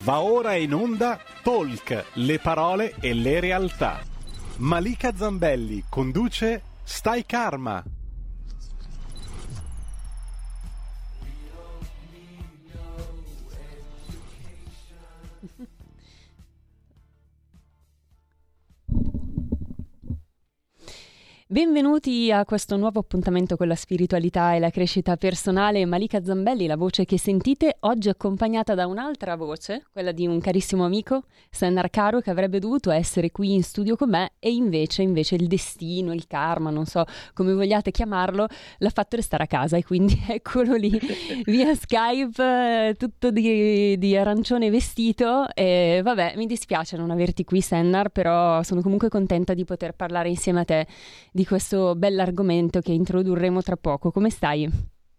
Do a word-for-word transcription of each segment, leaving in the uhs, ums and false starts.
Va ora in onda Talk, le parole e le realtà. Malika Zambelli conduce Stai Karma. Benvenuti a questo nuovo appuntamento con la spiritualità e la crescita personale. Malika Zambelli, la voce che sentite, oggi accompagnata da un'altra voce, quella di un carissimo amico, Sennar Caro, che avrebbe dovuto essere qui in studio con me e invece, invece il destino, il karma, non so come vogliate chiamarlo, l'ha fatto restare a casa e quindi eccolo lì via Skype, tutto di, di arancione vestito. E vabbè, mi dispiace non averti qui, Sennar, però sono comunque contenta di poter parlare insieme a te di questo bell'argomento che introdurremo tra poco. Come stai?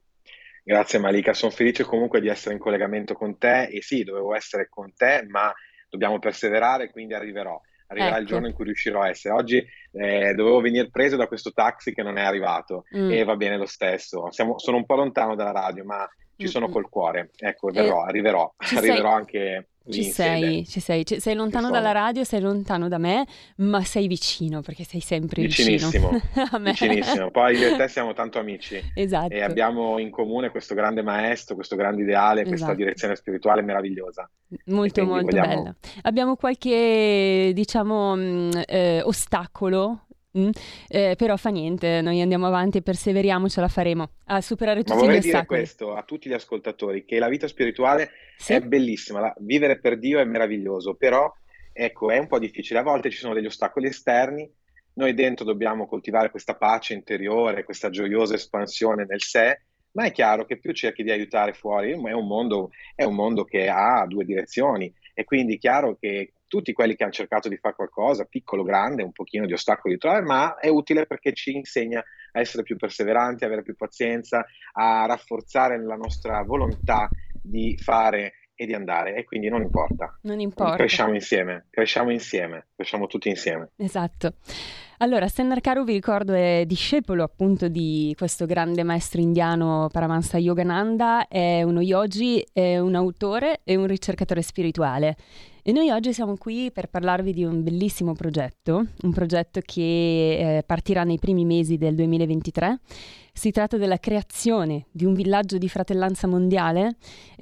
Grazie Malika, sono felice comunque di essere in collegamento con te e sì, dovevo essere con te, ma dobbiamo perseverare, quindi arriverò. Arriverà Ecco. il giorno in cui riuscirò a essere. Oggi eh, dovevo venire preso da questo taxi che non è arrivato Mm. e va bene lo stesso. Siamo- sono un po' lontano dalla radio, ma ci sono Mm-mm. col cuore. Ecco, E verrò, arriverò, ci arriverò sei, anche lì ci in sei, sede. ci sei, ci- sei Ci lontano dalla sono. radio, sei lontano da me, ma sei vicino perché sei sempre vicino Vicinissimo, a me. vicinissimo. Poi io e te siamo tanto amici e Esatto, abbiamo in comune questo grande maestro, questo grande ideale, questa esatto. direzione spirituale meravigliosa. E Molto quindi molto vogliamo... bella. Abbiamo qualche, diciamo, mh, eh, ostacolo, mh, eh, però fa niente, noi andiamo avanti e perseveriamo, ce la faremo a superare Ma tutti gli vorrei dire ostacoli. questo a tutti gli ascoltatori, che la vita spirituale Sì? è bellissima, la- vivere per Dio è meraviglioso, però ecco, è un po' difficile. A volte ci sono degli ostacoli esterni, noi dentro dobbiamo coltivare questa pace interiore, questa gioiosa espansione nel sé, ma è chiaro che più cerchi di aiutare fuori, è un mondo, è un mondo che ha due direzioni e quindi è chiaro che tutti quelli che hanno cercato di fare qualcosa, piccolo o grande, un pochino di ostacoli di trovare, ma è utile perché ci insegna a essere più perseveranti, a avere più pazienza, a rafforzare la nostra volontà di fare e di andare. E quindi non importa, Non importa. cresciamo insieme, cresciamo insieme, cresciamo tutti insieme. Esatto. Allora, Sennar Karu, vi ricordo, è discepolo appunto di questo grande maestro indiano Paramahansa Yogananda, è uno yogi, è un autore e un ricercatore spirituale. E noi oggi siamo qui per parlarvi di un bellissimo progetto, un progetto che eh, partirà nei primi mesi del duemilaventitré. Si tratta della creazione di un villaggio di fratellanza mondiale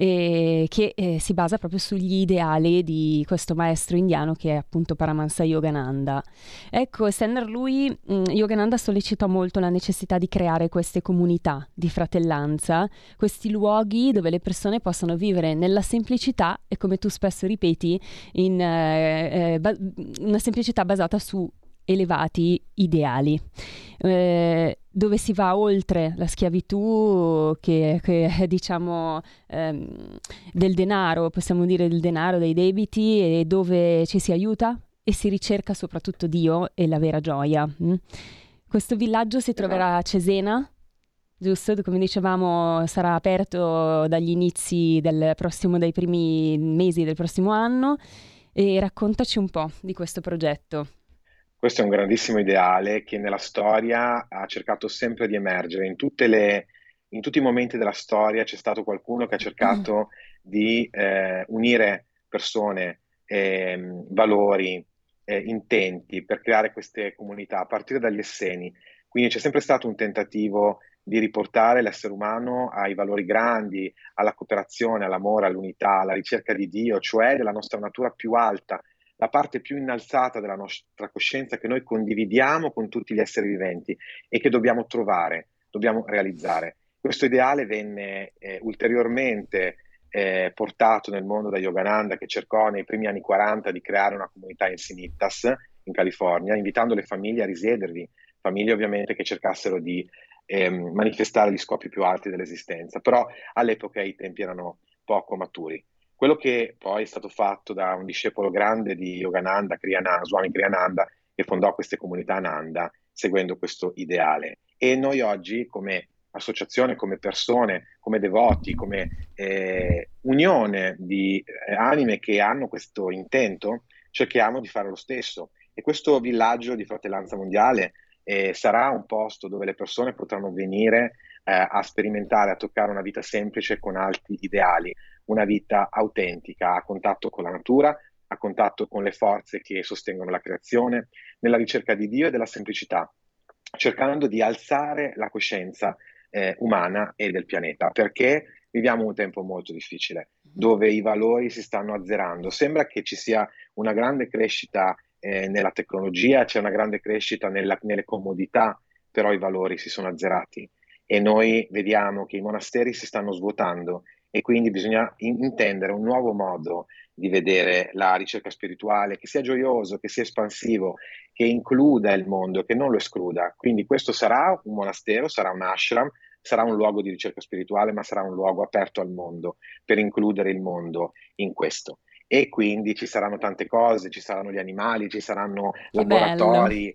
eh, che eh, si basa proprio sugli ideali di questo maestro indiano che è appunto Paramahansa Yogananda. Ecco, Sennar, lui, mh, Yogananda sollecitò molto la necessità di creare queste comunità di fratellanza, questi luoghi dove le persone possano vivere nella semplicità e, come tu spesso ripeti, in eh, eh, ba- una semplicità basata su elevati ideali, eh, dove si va oltre la schiavitù che, che è, diciamo, ehm, del denaro, possiamo dire del denaro, dei debiti, e dove ci si aiuta e si ricerca soprattutto Dio e la vera gioia. mm? Questo villaggio si troverà a Cesena, giusto? Come dicevamo, sarà aperto dagli inizi del prossimo, dai primi mesi del prossimo anno. E raccontaci un po' di questo progetto. Questo è un grandissimo ideale che nella storia ha cercato sempre di emergere. In tutte le, in tutti i momenti della storia c'è stato qualcuno che ha cercato di eh, unire persone, ehm, valori, eh, intenti per creare queste comunità, a partire dagli Esseni. Quindi c'è sempre stato un tentativo di riportare l'essere umano ai valori grandi, alla cooperazione, all'amore, all'unità, alla ricerca di Dio, cioè della nostra natura più alta, la parte più innalzata della nostra coscienza che noi condividiamo con tutti gli esseri viventi e che dobbiamo trovare, dobbiamo realizzare. Questo ideale venne eh, ulteriormente eh, portato nel mondo da Yogananda, che cercò nei primi anni quaranta di creare una comunità in Sinitas, in California, invitando le famiglie a risiedervi, famiglie ovviamente che cercassero di ehm, manifestare gli scopi più alti dell'esistenza, però all'epoca i tempi erano poco maturi. Quello che poi è stato fatto da un discepolo grande di Yogananda, Kriyananda, Swami Kriyananda, che fondò queste comunità Ananda seguendo questo ideale. E noi oggi, come associazione, come persone, come devoti, come eh, unione di eh, anime che hanno questo intento, cerchiamo di fare lo stesso. E questo villaggio di fratellanza mondiale eh, sarà un posto dove le persone potranno venire eh, a sperimentare, a toccare una vita semplice con alti ideali. una vita autentica, a contatto con la natura, a contatto con le forze che sostengono la creazione, nella ricerca di Dio e della semplicità, cercando di alzare la coscienza eh, umana e del pianeta, perché viviamo un tempo molto difficile, dove i valori si stanno azzerando. Sembra che ci sia una grande crescita eh, nella tecnologia, c'è una grande crescita nella- nelle comodità, però i valori si sono azzerati e noi vediamo che i monasteri si stanno svuotando e quindi bisogna in- intendere un nuovo modo di vedere la ricerca spirituale, che sia gioioso, che sia espansivo, che includa il mondo, che non lo escluda. Quindi questo sarà un monastero, sarà un ashram, sarà un luogo di ricerca spirituale, ma sarà un luogo aperto al mondo, per includere il mondo in questo. E quindi ci saranno tante cose, ci saranno gli animali, ci saranno Che bello. laboratori,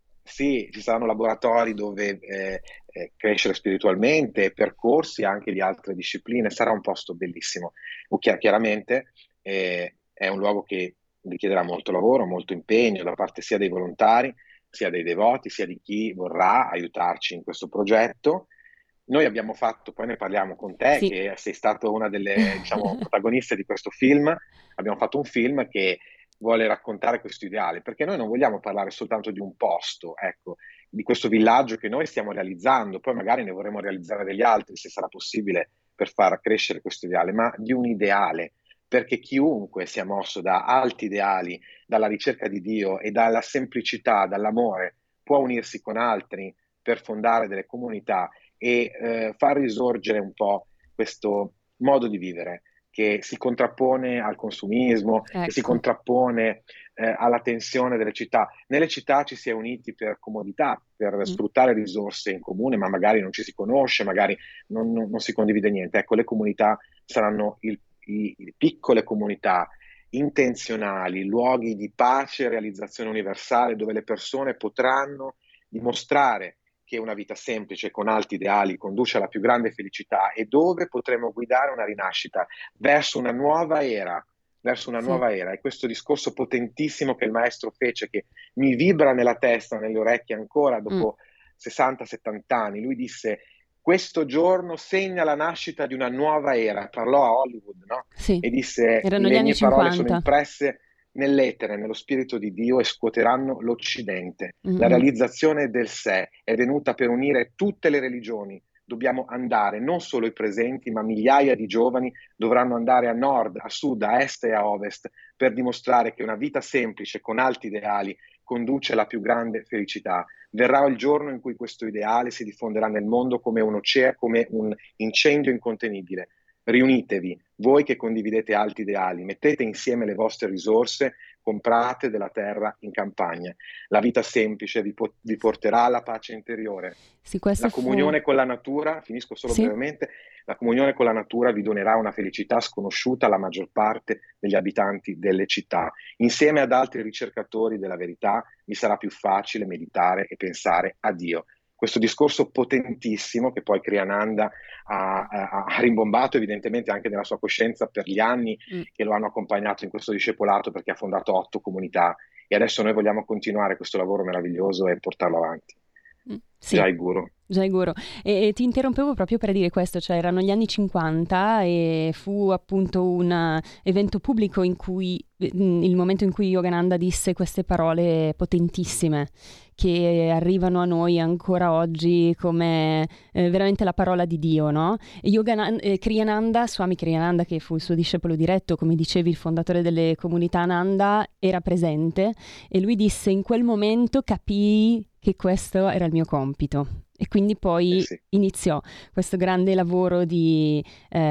sì, ci saranno laboratori dove eh, eh, crescere spiritualmente, percorsi anche di altre discipline, sarà un posto bellissimo. O chi- chiaramente eh, è un luogo che richiederà molto lavoro, molto impegno da parte sia dei volontari, sia dei devoti, sia di chi vorrà aiutarci in questo progetto. Noi abbiamo fatto, poi ne parliamo con te, Sì. che sei stato una delle, diciamo, protagoniste di questo film. Abbiamo fatto un film che vuole raccontare questo ideale, perché noi non vogliamo parlare soltanto di un posto, ecco, di questo villaggio che noi stiamo realizzando, poi magari ne vorremmo realizzare degli altri, se sarà possibile, per far crescere questo ideale, ma di un ideale, perché chiunque sia mosso da alti ideali, dalla ricerca di Dio e dalla semplicità, dall'amore, può unirsi con altri per fondare delle comunità e eh, far risorgere un po' questo modo di vivere che si contrappone al consumismo, che si Ecco. contrappone eh, alla tensione delle città. Nelle città ci si è uniti per comodità, per Mm. sfruttare risorse in comune, ma magari non ci si conosce, magari non, non- non si condivide niente. Ecco, le comunità saranno il- i- i- piccole comunità intenzionali, luoghi di pace e realizzazione universale dove le persone potranno dimostrare che una vita semplice con alti ideali conduce alla più grande felicità e dove potremo guidare una rinascita verso una nuova era, verso una Sì. nuova era. E questo discorso potentissimo che il maestro fece, che mi vibra nella testa, nelle orecchie ancora Mm. dopo sessanta settanta anni, lui disse: questo giorno segna la nascita di una nuova era. Parlò a Hollywood, no? Sì. E disse: Erano gli le anni mie parole sono cinquanta. impresse nell'etere, nello spirito di Dio e scuoteranno l'Occidente. La Mm-mm. realizzazione del sé è venuta per unire tutte le religioni. Dobbiamo andare, non solo i presenti, ma migliaia di giovani dovranno andare a nord, a sud, a est e a ovest per dimostrare che una vita semplice, con alti ideali, conduce alla più grande felicità. Verrà il giorno in cui questo ideale si diffonderà nel mondo come un oceano, come un incendio incontenibile. Riunitevi, voi che condividete alti ideali, mettete insieme le vostre risorse, comprate della terra in campagna. La vita semplice vi, po- vi porterà alla pace interiore. Sì, questo La fu... comunione con la natura, finisco solo Sì. brevemente, la comunione con la natura vi donerà una felicità sconosciuta alla maggior parte degli abitanti delle città. Insieme ad altri ricercatori della verità vi sarà più facile meditare e pensare a Dio. Questo discorso potentissimo che poi Kriyananda ha, ha, ha rimbombato evidentemente anche nella sua coscienza per gli anni Mm. che lo hanno accompagnato in questo discepolato, perché ha fondato otto comunità e adesso noi vogliamo continuare questo lavoro meraviglioso e portarlo avanti. Mm. Sì. Jai Guru. Jai Guru. E, e ti interrompevo proprio per dire questo, cioè erano gli anni cinquanta e fu appunto un eh, evento pubblico in cui, mm, il momento in cui Yogananda disse queste parole potentissime che arrivano a noi ancora oggi come eh, veramente la parola di Dio, no? E Yogananda, eh, Kriyananda, Swami Kriyananda, che fu il suo discepolo diretto, come dicevi, il fondatore delle comunità Ananda, era presente e lui disse: in quel momento capii che questo era il mio compito. E quindi Eh poi sì, iniziò questo grande lavoro di,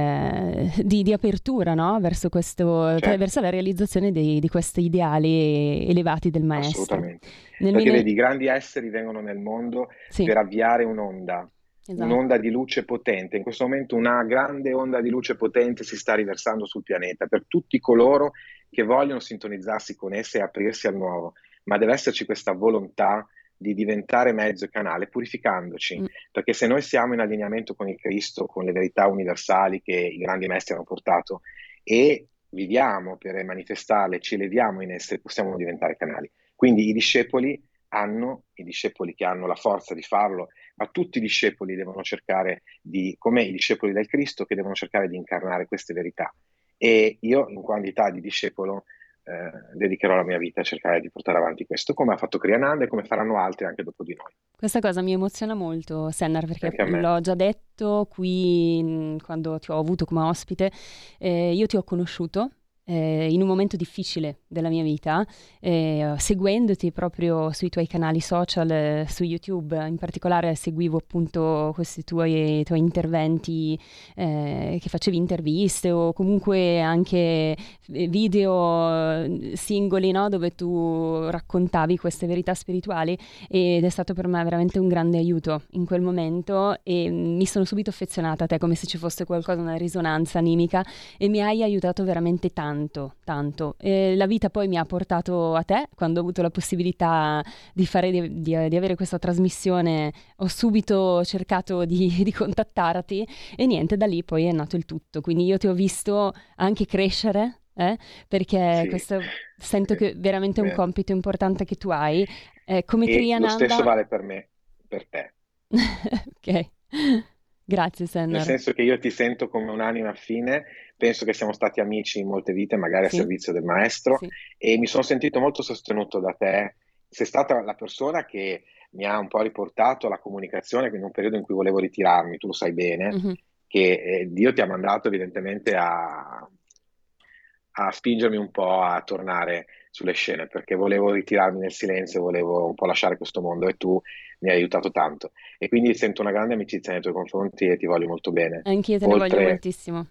eh, di, di apertura, no? Verso, questo, cioè, certo. verso la realizzazione dei- di questi ideali elevati del maestro. Assolutamente. Nel Perché mille... vedi, i grandi esseri vengono nel mondo Sì, per avviare un'onda, esatto. un'onda di luce potente. In questo momento una grande onda di luce potente si sta riversando sul pianeta per tutti coloro che vogliono sintonizzarsi con essa e aprirsi al nuovo. Ma deve esserci questa volontà di diventare mezzo e canale, purificandoci. Mm. Perché se noi siamo in allineamento con il Cristo, con le verità universali che i grandi maestri hanno portato e viviamo per manifestarle, ci eleviamo in esse, possiamo diventare canali. Quindi i discepoli hanno, i discepoli che hanno la forza di farlo, ma tutti i discepoli devono cercare di, come i discepoli del Cristo, che devono cercare di incarnare queste verità. E io, in qualità di discepolo, eh, dedicherò la mia vita a cercare di portare avanti questo, come ha fatto Kriyananda e come faranno altri anche dopo di noi, Questa cosa mi emoziona molto, Sennar, perché anche a me. l'ho già detto qui mh, quando ti ho avuto come ospite. Eh, io ti ho conosciuto eh, in un momento difficile della mia vita, eh, seguendoti proprio sui tuoi canali social, eh, su YouTube. In particolare seguivo appunto questi tuoi, tuoi interventi, eh, che facevi interviste o comunque anche eh, video eh, singoli, no? Dove tu raccontavi queste verità spirituali, ed è stato per me veramente un grande aiuto in quel momento, e mm, mi sono subito affezionata a te come se ci fosse qualcosa, una risonanza animica, e mi hai aiutato veramente tanto, tanto. E la vita poi mi ha portato a te quando ho avuto la possibilità di fare, di, di- di avere questa trasmissione. Ho subito cercato di, di contattarti e niente, da lì poi è nato il tutto. Quindi io ti ho visto anche crescere, eh, perché Sì, questo sento sì, che veramente è un vero. compito importante che tu hai. Eh, come E lo stesso Kriyananda. vale per me, per te. Ok, grazie Nel Sennar. senso che io ti sento come un'anima affine, penso che siamo stati amici in molte vite, magari a Sì, servizio del maestro, sì. e mi sono sentito molto sostenuto da te. Sei stata la persona che mi ha un po' riportato alla comunicazione in un periodo in cui volevo ritirarmi, tu lo sai bene, Mhm. che eh, Dio ti ha mandato evidentemente a, a spingermi un po' a tornare sulle scene, perché volevo ritirarmi nel silenzio, volevo un po' lasciare questo mondo e tu mi hai aiutato tanto. E quindi sento una grande amicizia nei tuoi confronti e ti voglio molto bene. Anch'io te ne voglio Oltre moltissimo.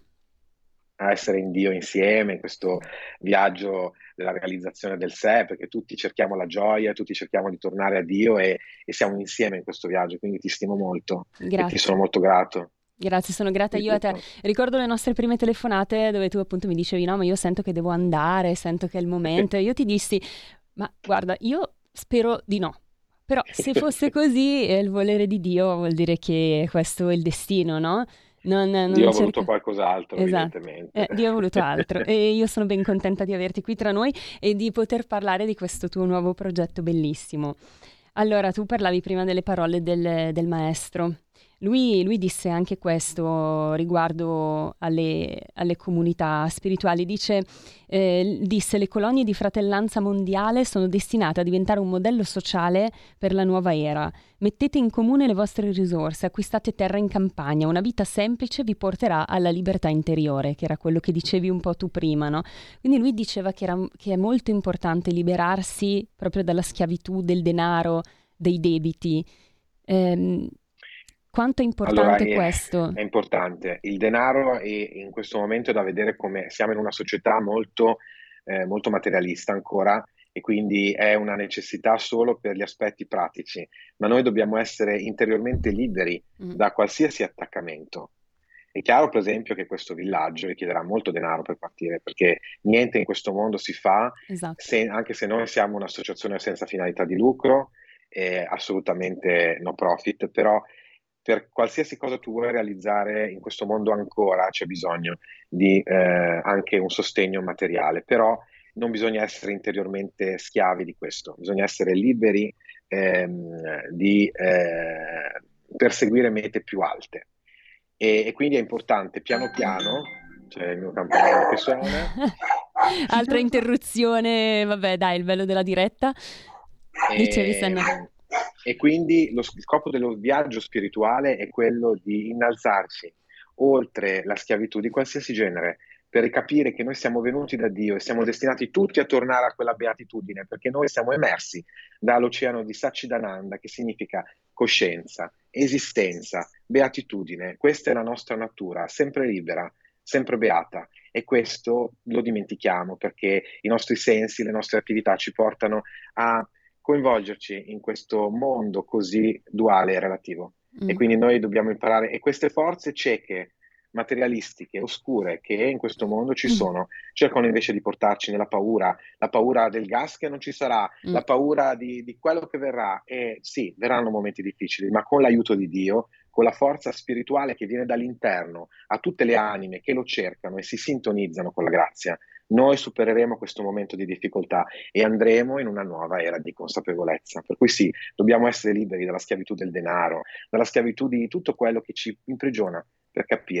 a essere in Dio insieme, in questo viaggio della realizzazione del sé, perché tutti cerchiamo la gioia, tutti cerchiamo di tornare a Dio e, e siamo insieme in questo viaggio, quindi ti stimo molto e ti sono Grazie. molto grato Grazie, sono grata di io a te. tutto. Ricordo le nostre prime telefonate dove tu appunto mi dicevi no, ma io sento che devo andare, sento che è il momento. E io ti dissi, ma guarda, io spero di no. Però se fosse così, è il volere di Dio, vuol dire che questo è il destino, no? Non, Dio non ha voluto cerca. qualcos'altro, Esatto. evidentemente. Eh, Dio ha voluto altro e io sono ben contenta di averti qui tra noi e di poter parlare di questo tuo nuovo progetto bellissimo. Allora, tu parlavi prima delle parole del, del maestro. Lui, lui disse anche questo riguardo alle, alle comunità spirituali. Dice, eh, disse, le colonie di fratellanza mondiale sono destinate a diventare un modello sociale per la nuova era. Mettete in comune le vostre risorse, acquistate terra in campagna, una vita semplice vi porterà alla libertà interiore, che era quello che dicevi un po' tu prima, no? Quindi lui diceva che, era, che è molto importante liberarsi proprio dalla schiavitù del denaro, dei debiti. Ehm, Quanto è Allora, importante è, questo? è importante. Il denaro è, in questo momento è da vedere come siamo in una società molto, eh, molto materialista ancora e quindi è una necessità solo per gli aspetti pratici, ma noi dobbiamo essere interiormente liberi Mm, da qualsiasi attaccamento. È chiaro, per esempio, che questo villaggio richiederà molto denaro per partire, perché niente in questo mondo si fa, esatto. se- anche se noi siamo un'associazione senza finalità di lucro, eh, assolutamente no profit, però per qualsiasi cosa tu vuoi realizzare in questo mondo ancora c'è bisogno di eh, anche un sostegno materiale, però non bisogna essere interiormente schiavi di questo, bisogna essere liberi ehm, di eh, perseguire mete più alte. E, e quindi è importante piano piano, c'è il mio campanello che suona, Altra interruzione, vabbè, dai, il bello della diretta. Dicevi, e, Senna. e quindi lo scopo dello viaggio spirituale è quello di innalzarci oltre la schiavitù di qualsiasi genere, per capire che noi siamo venuti da Dio e siamo destinati tutti a tornare a quella beatitudine, perché noi siamo emersi dall'oceano di Satchidananda, che significa coscienza, esistenza, beatitudine. Questa è la nostra natura, sempre libera, sempre beata. E questo lo dimentichiamo perché i nostri sensi, le nostre attività ci portano a coinvolgerci in questo mondo così duale e relativo. E Mm, quindi noi dobbiamo imparare, e queste forze cieche, materialistiche, oscure che in questo mondo ci mm, sono, cercano invece di portarci nella paura, la paura del gas che non ci sarà, mm. la paura di, di quello che verrà. E sì, verranno momenti difficili, ma con l'aiuto di Dio, con la forza spirituale che viene dall'interno a tutte le anime che lo cercano e si sintonizzano con la grazia, noi supereremo questo momento di difficoltà e andremo in una nuova era di consapevolezza. Per cui sì, dobbiamo essere liberi dalla schiavitù del denaro, dalla schiavitù di tutto quello che ci imprigiona per capire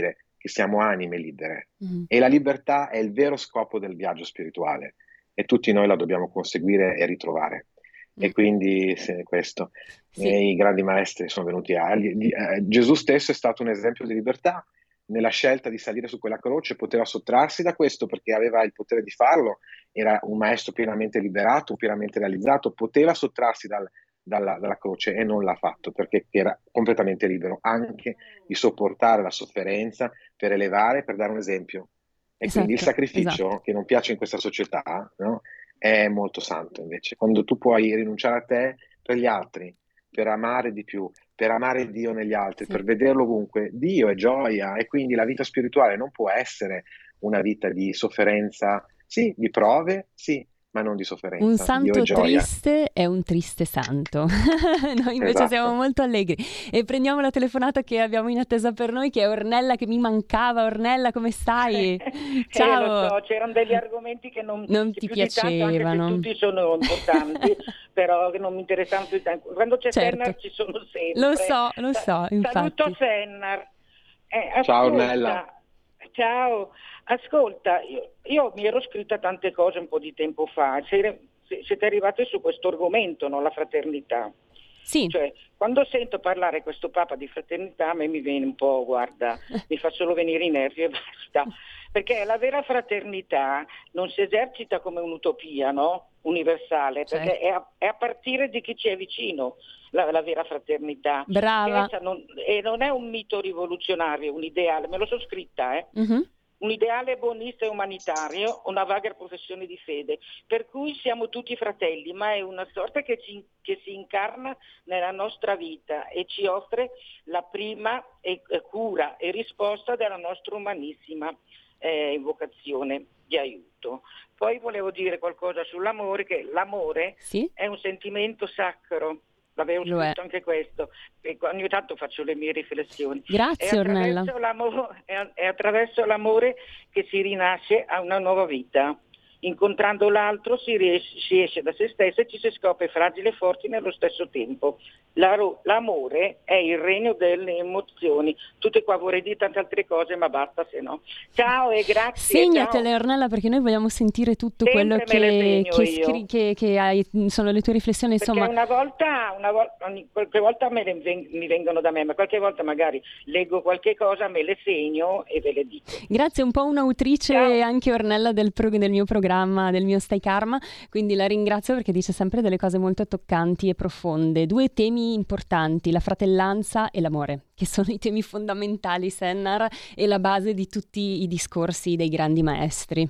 che siamo anime libere Mhm. e la libertà è il vero scopo del viaggio spirituale e tutti noi la dobbiamo conseguire e ritrovare. Mm. E quindi se questo, Sì, e i grandi maestri sono venuti a... gli- gli- eh, Gesù stesso è stato un esempio di libertà nella scelta di salire su quella croce, poteva sottrarsi da questo perché aveva il potere di farlo, era un maestro pienamente liberato, pienamente realizzato, poteva sottrarsi dal- dalla, dalla croce e non l'ha fatto perché era completamente libero anche di sopportare la sofferenza per elevare, per dare un esempio. E quindi il esatto, esatto. sacrificio, che non piace in questa società, no? È molto santo invece. Quando tu puoi rinunciare a te per gli altri, per amare di più, per amare Dio negli altri, Sì. per vederlo ovunque, Dio è gioia e quindi la vita spirituale non può essere una vita di sofferenza, sì, di prove, sì, ma non di Un sofferenza. Dio è santo gioia. triste è un triste santo. Noi invece siamo Esatto. molto allegri. E prendiamo la telefonata che abbiamo in attesa per noi, che è Ornella, che mi mancava. Ornella, come stai? Eh, lo Ciao. so, c'erano degli argomenti che, non, Non che ti più di tanto, anche se piacevano. tutti sono importanti, però che non mi interessano più di tanto. Quando c'è Certo. Sennar ci sono sempre. Lo so, lo Sa- so, saluto infatti. Sennar. Eh, Ciao Ornella. ascolta, ciao, ascolta, io, io mi ero scritta tante cose un po' di tempo fa, Siete, siete arrivati su questo argomento, no? La fraternità. Sì. Cioè, quando sento parlare questo Papa di fraternità, a me mi viene un po', guarda, mi fa solo venire i nervi e basta. Perché la vera fraternità non si esercita come un'utopia, no? Universale, perché Certo. è, a, è a partire di chi ci è vicino, la, la vera fraternità. Brava. Che essa non, e non è un mito rivoluzionario, un ideale, me lo sono scritta, eh? Mhm. Un ideale buonista e umanitario, una vaga professione di fede, per cui siamo tutti fratelli, ma è una sorta che, ci, che si incarna nella nostra vita e ci offre la prima e, e cura e risposta della nostra umanissima eh, invocazione di aiuto. Poi volevo dire qualcosa sull'amore, che l'amore Sì, è un sentimento sacro. L'avevo lo è. scritto anche questo, e ogni tanto faccio le mie riflessioni. È Grazie, Ornella. attraverso l'amore, è, è attraverso l'amore che si rinasce a una nuova vita. Incontrando l'altro si, riesce, si esce da se stessi e ci si scopre fragili e forti nello stesso tempo. La, l'amore è il regno delle emozioni. Tutte qua vorrei dire tante altre cose, ma basta se no. Ciao e grazie. Segnatele, Ciao. Ornella, perché noi vogliamo sentire tutto Sempre quello me le che, segno che, io. scri- che, che hai, sono le tue riflessioni, Perché insomma. una volta, una volta ogni, qualche volta me le veng- mi vengono da me, ma qualche volta magari leggo qualche cosa, me le segno e ve le dico. Grazie, un po' un'autrice Ciao. anche Ornella del, pro- del mio programma, del mio Stai Karma, quindi la ringrazio perché dice sempre delle cose molto toccanti e profonde. Due temi importanti, la fratellanza e l'amore, che sono i temi fondamentali, Sennar, e la base di tutti i discorsi dei grandi maestri.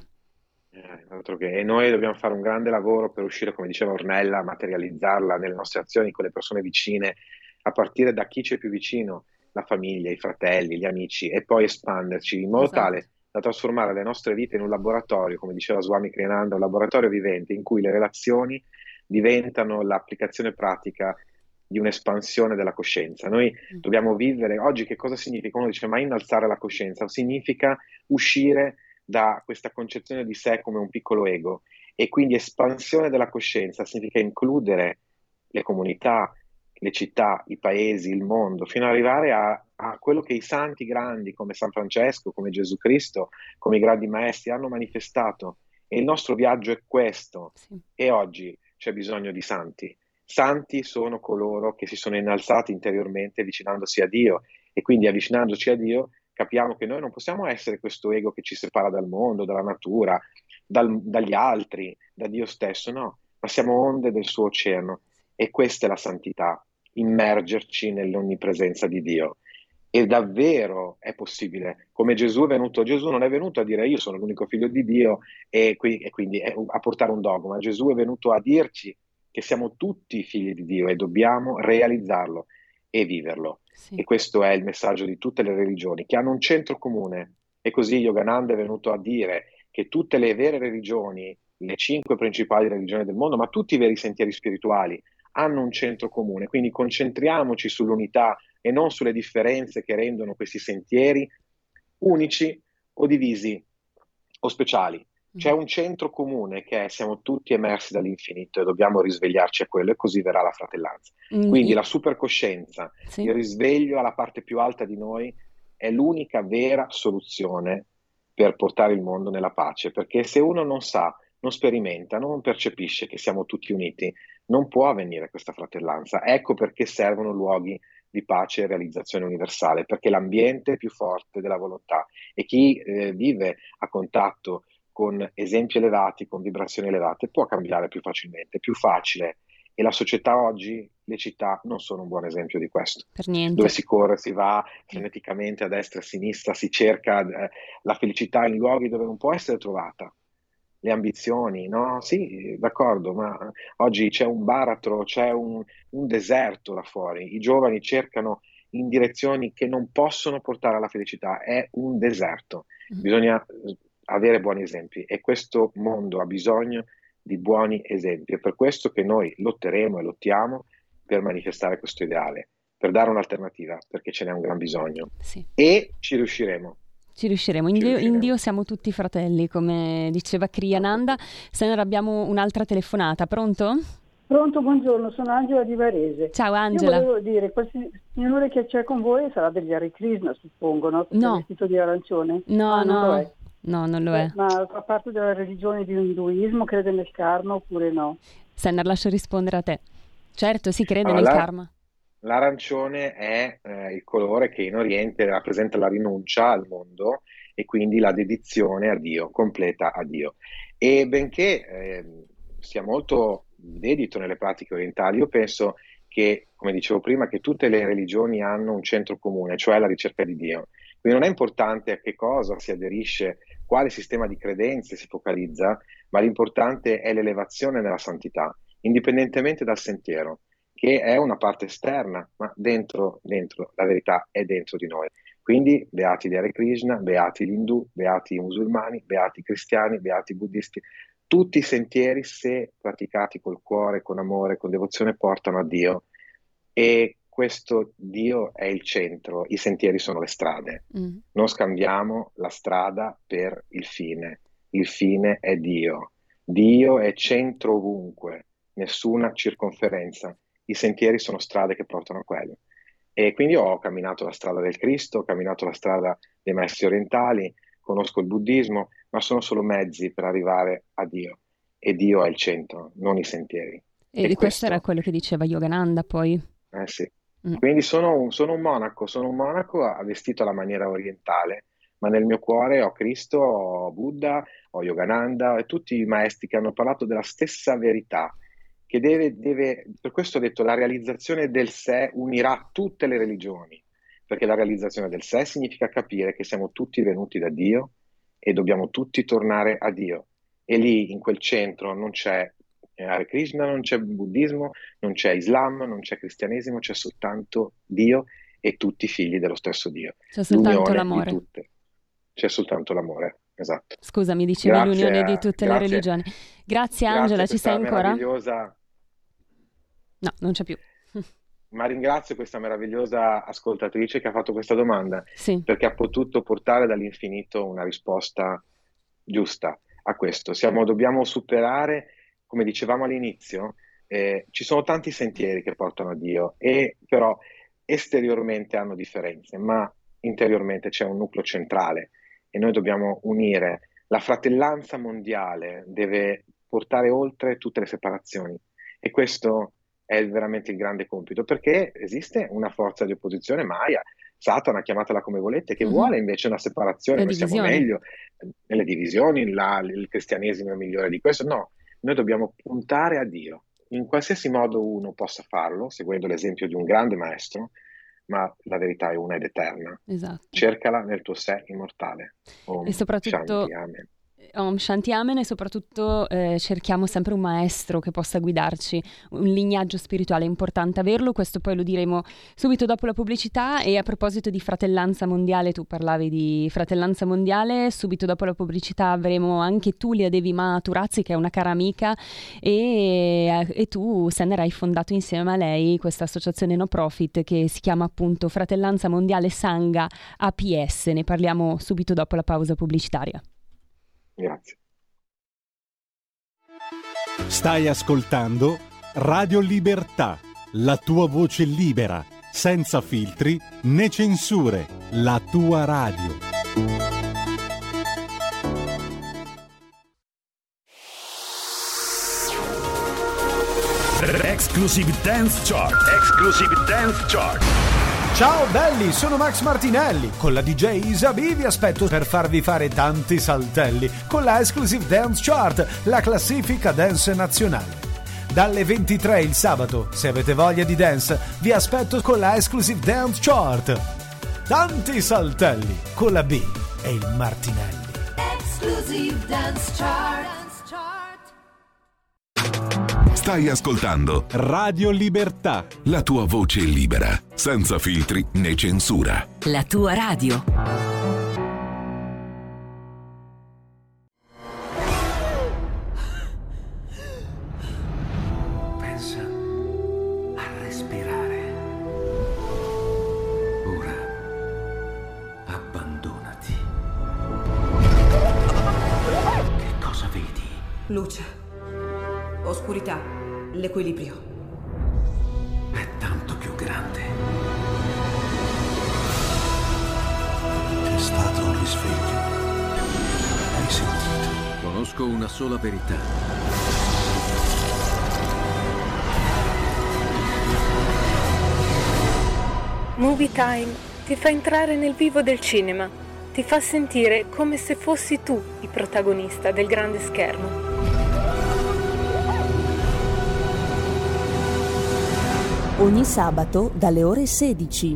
Eh, altro che- E noi dobbiamo fare un grande lavoro per uscire, come diceva Ornella, a materializzarla nelle nostre azioni con le persone vicine, a partire da chi c'è più vicino, la famiglia, i fratelli, gli amici, e poi espanderci in modo Esatto. tale da trasformare le nostre vite in un laboratorio, come diceva Swami Kriyananda, un laboratorio vivente in cui le relazioni diventano l'applicazione pratica di un'espansione della coscienza. Noi Mm. dobbiamo vivere oggi. Che cosa significa? Uno dice, ma innalzare la coscienza significa uscire da questa concezione di sé come un piccolo ego, e quindi espansione della coscienza significa includere le comunità, le città, i paesi, il mondo, fino ad arrivare a, a quello che i santi grandi come San Francesco, come Gesù Cristo, come i grandi maestri hanno manifestato. E il nostro viaggio è questo. Sì. E oggi c'è bisogno di santi. Santi sono coloro che si sono innalzati interiormente avvicinandosi a Dio, e quindi avvicinandoci a Dio capiamo che noi non possiamo essere questo ego che ci separa dal mondo, dalla natura, dal- dagli altri, da Dio stesso, no, ma siamo onde del suo oceano, e questa è la santità, immergerci nell'onnipresenza di Dio. E davvero è possibile, come Gesù è venuto. Gesù non è venuto a dire io sono l'unico figlio di Dio e, qui- e quindi è- a portare un dogma. Gesù è venuto a dirci che siamo tutti figli di Dio e dobbiamo realizzarlo e viverlo. Sì. E questo è il messaggio di tutte le religioni, che hanno un centro comune. E così Yogananda è venuto a dire che tutte le vere religioni, le cinque principali religioni del mondo, ma tutti i veri sentieri spirituali, hanno un centro comune. Quindi concentriamoci sull'unità e non sulle differenze che rendono questi sentieri unici o divisi o speciali. C'è un centro comune che è siamo tutti emersi dall'infinito e dobbiamo risvegliarci a quello, e così verrà la fratellanza. Mm, Quindi io- la supercoscienza, sì. il risveglio alla parte più alta di noi, è l'unica vera soluzione per portare il mondo nella pace, perché se uno non sa, non sperimenta, non percepisce che siamo tutti uniti, non può avvenire questa fratellanza. Ecco perché servono luoghi di pace e realizzazione universale, perché l'ambiente è più forte della volontà e chi eh, vive a contatto con esempi elevati, con vibrazioni elevate, può cambiare più facilmente, più facile. E la società oggi, le città, non sono un buon esempio di questo. Per niente. Dove si corre, si va freneticamente a destra e a sinistra, si cerca eh, la felicità in luoghi dove non può essere trovata. Le ambizioni, no? Sì, d'accordo, ma oggi c'è un baratro, c'è un, un deserto là fuori. I giovani cercano in direzioni che non possono portare alla felicità. È un deserto. Bisogna avere buoni esempi e questo mondo ha bisogno di buoni esempi. È per questo che noi lotteremo e lottiamo per manifestare questo ideale, per dare un'alternativa, perché ce n'è un gran bisogno. Sì. E ci riusciremo. Ci riusciremo. In, Ci Dio, riusciremo. in Dio siamo tutti fratelli, come diceva Kriyananda. Se non abbiamo un'altra telefonata, pronto? Pronto, buongiorno, sono Angela di Varese. Ciao Angela. Io volevo dire, quel signore che c'è con voi sarà degli Hare Krishna, suppongo, no? Perché No. è vestito di arancione? No, Ah, non no, lo è. no, non lo è. Eh, Ma fa parte della religione di induismo, crede nel karma oppure no? Sennar, lascio rispondere a te. Certo, si crede Allora, nel la- karma. L'arancione è eh, il colore che in Oriente rappresenta la rinuncia al mondo e quindi la dedizione a Dio, completa a Dio. E benché eh, sia molto dedito nelle pratiche orientali, io penso che, come dicevo prima, che tutte le religioni hanno un centro comune, cioè la ricerca di Dio. Quindi non è importante a che cosa si aderisce, quale sistema di credenze si focalizza, ma l'importante è l'elevazione nella santità, indipendentemente dal sentiero, che è una parte esterna, ma dentro, dentro la verità è dentro di noi. Quindi beati gli Hare Krishna, beati gli Indù, beati i musulmani, beati i cristiani, beati i buddisti. Tutti i sentieri, se praticati col cuore, con amore, con devozione, portano a Dio. E questo Dio è il centro, i sentieri sono le strade. Mm. Non scambiamo la strada per il fine. Il fine è Dio. Dio è centro ovunque, nessuna circonferenza. I sentieri sono strade che portano a quello. E quindi ho camminato la strada del Cristo, ho camminato la strada dei maestri orientali, conosco il buddismo, ma sono solo mezzi per arrivare a Dio. E Dio è il centro, non i sentieri. E, E questo, questo- era quello che diceva Yogananda poi. Eh sì. Mm. Quindi sono un, sono un monaco, sono un monaco vestito alla maniera orientale, ma nel mio cuore ho Cristo, ho Buddha, ho Yogananda e tutti i maestri che hanno parlato della stessa verità, che deve, deve, per questo ho detto, la realizzazione del sé unirà tutte le religioni, perché la realizzazione del sé significa capire che siamo tutti venuti da Dio e dobbiamo tutti tornare a Dio. E lì, in quel centro, non c'è eh, Hare Krishna, non c'è buddismo, non c'è Islam, non c'è cristianesimo, c'è soltanto Dio e tutti figli dello stesso Dio. C'è soltanto L'unione l'amore. di tutte. C'è soltanto l'amore, esatto. Scusami, dicevi Grazie, l'unione di tutte le grazie. religioni. Grazie Grazie Angela, a ci sei questa ancora? meravigliosa... No, non c'è più. Ma ringrazio questa meravigliosa ascoltatrice che ha fatto questa domanda, Sì, perché ha potuto portare dall'infinito una risposta giusta a questo. Siamo, dobbiamo superare, come dicevamo all'inizio, eh, ci sono tanti sentieri che portano a Dio, e però esteriormente hanno differenze, ma interiormente c'è un nucleo centrale e noi dobbiamo unire. La fratellanza mondiale deve portare oltre tutte le separazioni e questo è veramente il grande compito, perché esiste una forza di opposizione, Maya, Satana, chiamatela come volete, che Mhm. vuole invece una separazione. La Noi siamo divisione. meglio nelle divisioni, la- il cristianesimo è migliore di questo. No, noi dobbiamo puntare a Dio, in qualsiasi modo uno possa farlo, seguendo l'esempio di un grande maestro, ma la verità è una ed eterna. esatto. Cercala nel tuo sé immortale. Om E soprattutto Shanti, Amen. Om Shanti Amen, e soprattutto eh, cerchiamo sempre un maestro che possa guidarci, un lignaggio spirituale. È importante averlo, questo poi lo diremo subito dopo la pubblicità. E a proposito di fratellanza mondiale, tu parlavi di fratellanza mondiale, subito dopo la pubblicità avremo anche Tulia Devi Maturazzi, che è una cara amica, e, e tu, Senner, hai fondato insieme a lei questa associazione no profit che si chiama appunto Fratellanza Mondiale Sangha A P S. Ne parliamo subito dopo la pausa pubblicitaria. Grazie. Stai ascoltando Radio Libertà, la tua voce libera, senza filtri né censure, la tua radio. Exclusive Dance Chart. Exclusive Dance Chart. Ciao belli, sono Max Martinelli. Con la D J Isabi vi aspetto per farvi fare tanti saltelli con la Exclusive Dance Chart, la classifica dance nazionale. Dalle ventitré il sabato, se avete voglia di dance, vi aspetto con la Exclusive Dance Chart. Tanti saltelli con la B e il Martinelli. Exclusive Dance Chart. Stai ascoltando Radio Libertà. la tua voce libera, senza filtri né censura. La tua radio. Pensa a respirare. Ora abbandonati. Che cosa vedi? Luce. Oscurità, l'equilibrio. È tanto più grande. C'è stato un risveglio. Hai sentito? Conosco una sola verità. Movie Time ti fa entrare nel vivo del cinema, ti fa sentire come se fossi tu il protagonista del grande schermo. Ogni sabato dalle ore sedici.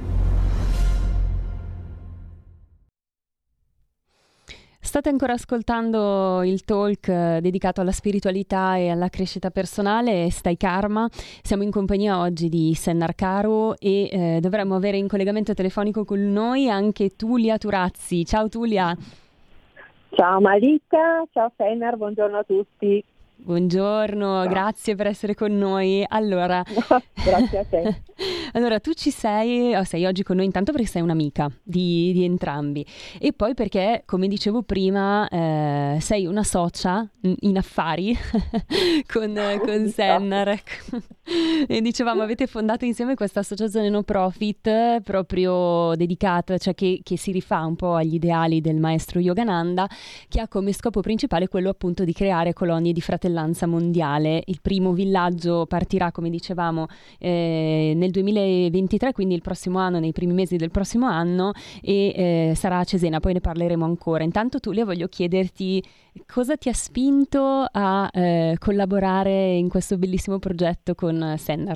State ancora ascoltando il talk eh, dedicato alla spiritualità e alla crescita personale, Stai Karma. Siamo in compagnia oggi di Sennar Karu e eh, dovremmo avere in collegamento telefonico con noi anche Tulia Turazzi. Ciao Tulia. Ciao Malika, ciao Sennar, buongiorno a tutti. Buongiorno, grazie per essere con noi. Allora, grazie a te. Allora, tu ci sei, oh, sei oggi con noi intanto perché sei un'amica di, di entrambi e poi perché, come dicevo prima, eh, sei una socia in affari con, con Sennar. E dicevamo, avete fondato insieme questa associazione no profit proprio dedicata, cioè che, che si rifà un po' agli ideali del maestro Yogananda, che ha come scopo principale quello appunto di creare colonie di fratellanza mondiale. Il primo villaggio partirà, come dicevamo, eh, nel duemilaventitré, quindi il prossimo anno, nei primi mesi del prossimo anno, e eh, sarà a Cesena, poi ne parleremo ancora. Intanto Tulia, voglio chiederti cosa ti ha spinto a eh, collaborare in questo bellissimo progetto con Sennar?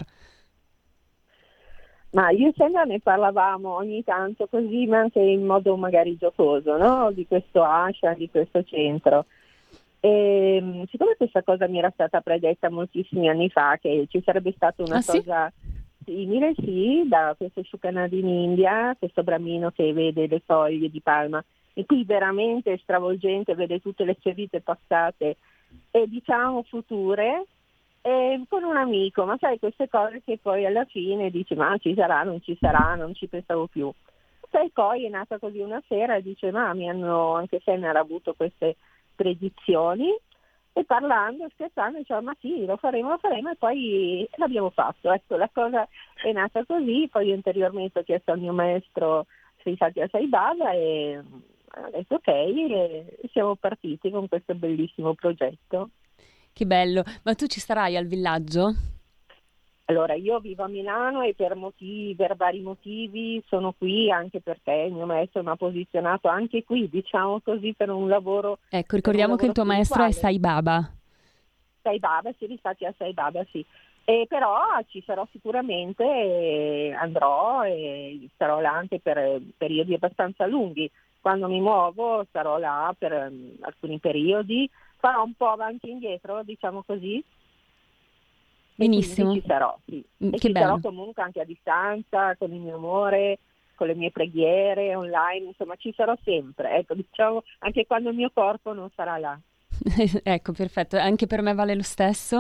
Ma io e Sennar ne parlavamo ogni tanto così, ma anche in modo magari giocoso, no? Di questo ashram, di questo centro. E siccome questa cosa mi era stata predetta moltissimi anni fa, che ci sarebbe stata una ah, cosa sì? simile, sì, da questo Shukanadi in India, questo bramino che vede le foglie di palma, e qui veramente stravolgente, vede tutte le sue vite passate e diciamo future, e con un amico, ma sai queste cose che poi alla fine dici ma ci sarà, non ci sarà, non ci pensavo più. E poi è nata così una sera e dice ma mi hanno, anche Sennar ha avuto queste predizioni, e parlando, scherzando, diceva ma sì, lo faremo, lo faremo, e poi l'abbiamo fatto. Ecco, la cosa è nata così. Poi io interiormente ho chiesto al mio maestro Sri Satya Sai Baba e ha detto ok, e siamo partiti con questo bellissimo progetto. Che bello, ma tu ci sarai al villaggio? Allora, io vivo a Milano e per motivi, per vari motivi sono qui, anche perché il mio maestro mi ha posizionato anche qui, diciamo così, per un lavoro. Ecco, ricordiamo un che il tuo maestro è Sai Baba. Sai Baba, si rifatti a Sai Baba, sì. E però ci sarò sicuramente, e andrò e sarò là anche per periodi abbastanza lunghi. Quando mi muovo sarò là per um, alcuni periodi, farò un po' avanti e indietro, diciamo così. Benissimo. E ci sarò, sì. Mm, e che ci bello. sarò comunque anche a distanza, con il mio amore, con le mie preghiere online, insomma ci sarò sempre, ecco, diciamo, anche quando il mio corpo non sarà là. Ecco, perfetto, anche per me vale lo stesso.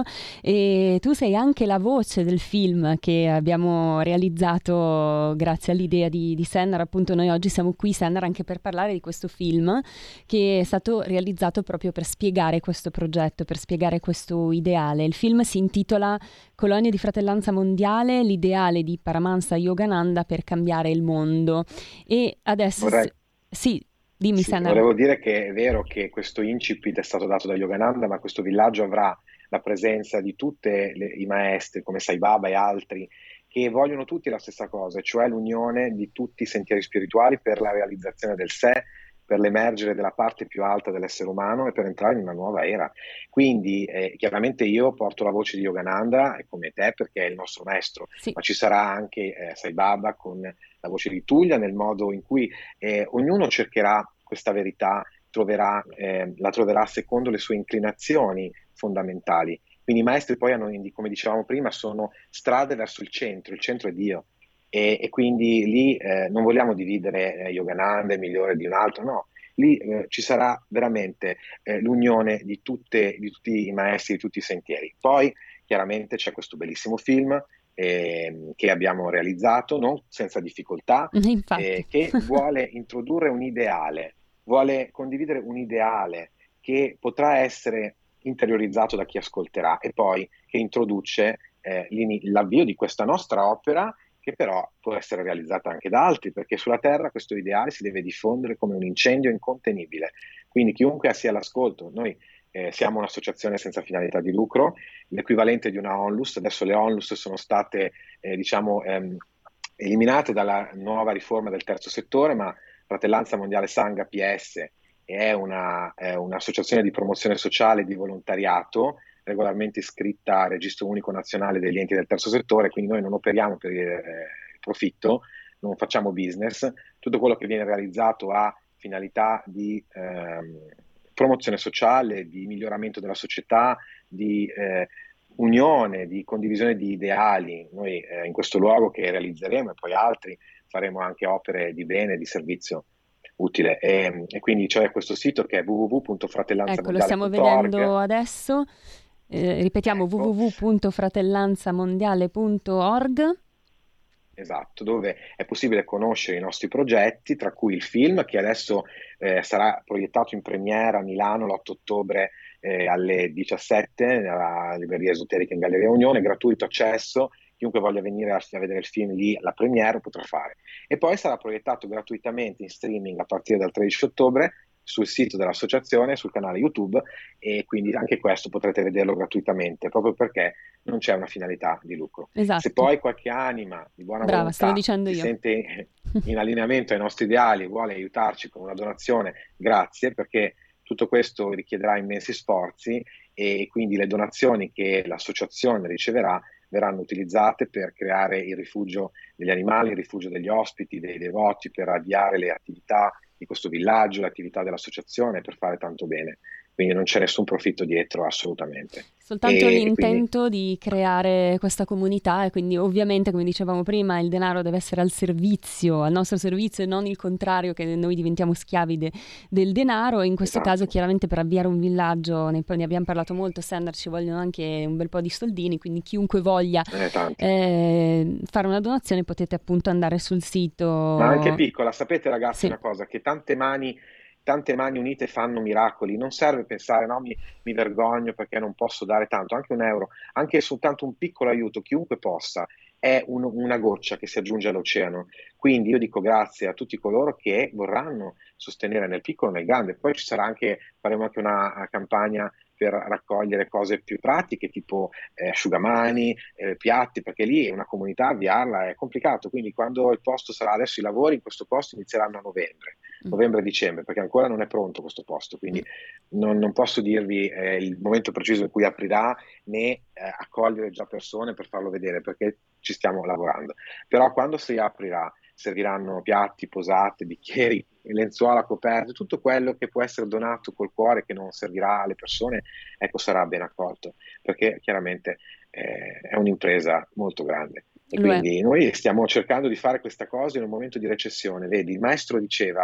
E tu sei anche la voce del film che abbiamo realizzato grazie all'idea di, di Sennar. Appunto noi oggi siamo qui, Sennar, anche per parlare di questo film che è stato realizzato proprio per spiegare questo progetto, per spiegare questo ideale. Il film si intitola Colonie di fratellanza mondiale, l'ideale di Paramahansa Yogananda per cambiare il mondo. E adesso... Vorrei... Sì, dimmi, Sì, Sennar. volevo dire che è vero che questo incipit è stato dato da Yogananda, ma questo villaggio avrà la presenza di tutti i maestri come Sai Baba e altri che vogliono tutti la stessa cosa, cioè l'unione di tutti i sentieri spirituali per la realizzazione del sé, per l'emergere della parte più alta dell'essere umano e per entrare in una nuova era. Quindi eh, chiaramente io porto la voce di Yogananda come te perché è il nostro maestro, sì. Ma ci sarà anche eh, Sai Baba con la voce di Tullia nel modo in cui eh, ognuno cercherà questa verità, troverà, eh, la troverà secondo le sue inclinazioni fondamentali. Quindi i maestri poi hanno, come dicevamo prima, sono strade verso il centro, il centro è Dio. E, e quindi lì eh, non vogliamo dividere eh, Yogananda è migliore di un altro, no, lì eh, ci sarà veramente eh, l'unione di, tutte, di tutti i maestri, di tutti i sentieri. Poi chiaramente c'è questo bellissimo film eh, che abbiamo realizzato, non senza difficoltà, eh, che vuole introdurre un ideale, vuole condividere un ideale che potrà essere interiorizzato da chi ascolterà e poi che introduce eh, l'avvio di questa nostra opera che però può essere realizzata anche da altri, perché sulla Terra questo ideale si deve diffondere come un incendio incontenibile. Quindi chiunque sia all'ascolto, noi eh, siamo un'associazione senza finalità di lucro, l'equivalente di una Onlus, adesso le Onlus sono state eh, diciamo ehm, eliminate dalla nuova riforma del terzo settore, ma Fratellanza Mondiale Sangha P S è una, è un'associazione di promozione sociale e di volontariato regolarmente iscritta al registro unico nazionale degli enti del terzo settore, quindi noi non operiamo per il, eh, il profitto, non facciamo business, tutto quello che viene realizzato ha finalità di ehm, promozione sociale, di miglioramento della società, di eh, unione, di condivisione di ideali. Noi eh, in questo luogo che realizzeremo e poi altri faremo anche opere di bene, di servizio utile e, e quindi c'è questo sito che è w w w punto fratellanza mondiale punto org. Ecco, lo stiamo vedendo adesso. Eh, ripetiamo, ecco. w w w punto fratellanza mondiale punto org. Esatto, dove è possibile conoscere i nostri progetti, tra cui il film che adesso eh, sarà proiettato in premiera a Milano l'otto ottobre eh, alle diciassette nella Libreria Esoterica in Galleria Unione, gratuito accesso, chiunque voglia venire a, a vedere il film lì, la premiere potrà fare. E poi sarà proiettato gratuitamente in streaming a partire dal tredici ottobre sul sito dell'associazione, sul canale YouTube, e quindi anche questo potrete vederlo gratuitamente, proprio perché non c'è una finalità di lucro. Esatto. Se poi qualche anima di buona Brava, volontà stavo dicendo si io. sente in allineamento ai nostri ideali e vuole aiutarci con una donazione, grazie, perché tutto questo richiederà immensi sforzi e quindi le donazioni che l'associazione riceverà verranno utilizzate per creare il rifugio degli animali, il rifugio degli ospiti, dei devoti, per avviare le attività di questo villaggio, le attività dell'associazione, per fare tanto bene. Quindi non c'è nessun profitto dietro, assolutamente. Soltanto e, l'intento quindi... di creare questa comunità e quindi ovviamente, come dicevamo prima, il denaro deve essere al servizio, al nostro servizio e non il contrario, che noi diventiamo schiavi de- del denaro. E in questo esatto. caso chiaramente per avviare un villaggio, ne, ne abbiamo parlato molto, Sennar, ci vogliono anche un bel po' di soldini, quindi chiunque voglia eh, eh, fare una donazione potete appunto andare sul sito. Ma anche piccola, sapete ragazzi sì. una cosa, che tante mani... tante mani unite fanno miracoli, non serve pensare no mi, mi vergogno perché non posso dare tanto, anche un euro, anche soltanto un piccolo aiuto, chiunque possa, è un, una goccia che si aggiunge all'oceano. Quindi io dico grazie a tutti coloro che vorranno sostenere nel piccolo e nel grande. Poi ci sarà anche, faremo anche una campagna per raccogliere cose più pratiche tipo eh, asciugamani, eh, piatti, perché lì è una comunità, avviarla è complicato, quindi quando il posto sarà, adesso i lavori in questo posto inizieranno a novembre, novembre-dicembre, perché ancora non è pronto questo posto, quindi non, non posso dirvi eh, il momento preciso in cui aprirà, né eh, accogliere già persone per farlo vedere, perché ci stiamo lavorando. Però quando si aprirà serviranno piatti, posate, bicchieri, lenzuola, coperte, tutto quello che può essere donato col cuore, che non servirà alle persone, ecco, sarà ben accolto, perché chiaramente eh, è un'impresa molto grande. E Lui quindi è. noi stiamo cercando di fare questa cosa in un momento di recessione. Vedi, il maestro diceva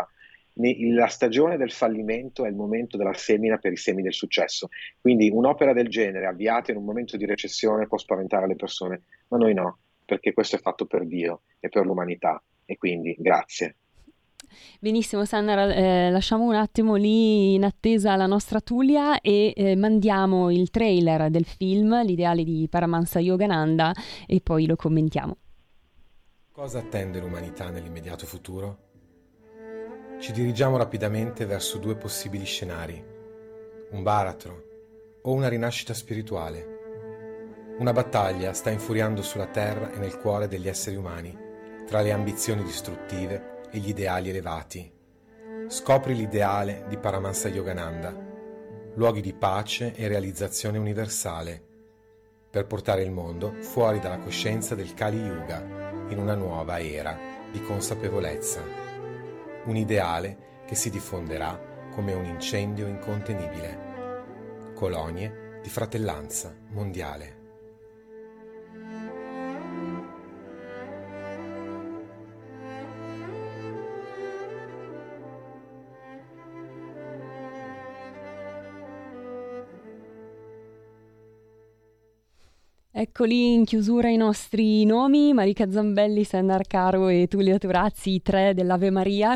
la stagione del fallimento è il momento della semina per i semi del successo. Quindi un'opera del genere avviata in un momento di recessione può spaventare le persone, ma noi no, perché questo è fatto per Dio e per l'umanità, e quindi grazie. Benissimo Sandra, eh, lasciamo un attimo lì in attesa la nostra Tulia e eh, mandiamo il trailer del film L'ideale di Paramahansa Yogananda e poi lo commentiamo. Cosa attende l'umanità nell'immediato futuro? Ci dirigiamo rapidamente verso due possibili scenari, un baratro o una rinascita spirituale. Una battaglia sta infuriando sulla terra e nel cuore degli esseri umani, tra le ambizioni distruttive e gli ideali elevati. Scopri l'ideale di Paramahansa Yogananda, luoghi di pace e realizzazione universale, per portare il mondo fuori dalla coscienza del Kali Yuga in una nuova era di consapevolezza. Un ideale che si diffonderà come un incendio incontenibile. Colonie di fratellanza mondiale. Eccoli in chiusura i nostri nomi, Malika Zambelli, Sandar Caro e Tulia Turazzi, i tre dell'Ave Maria,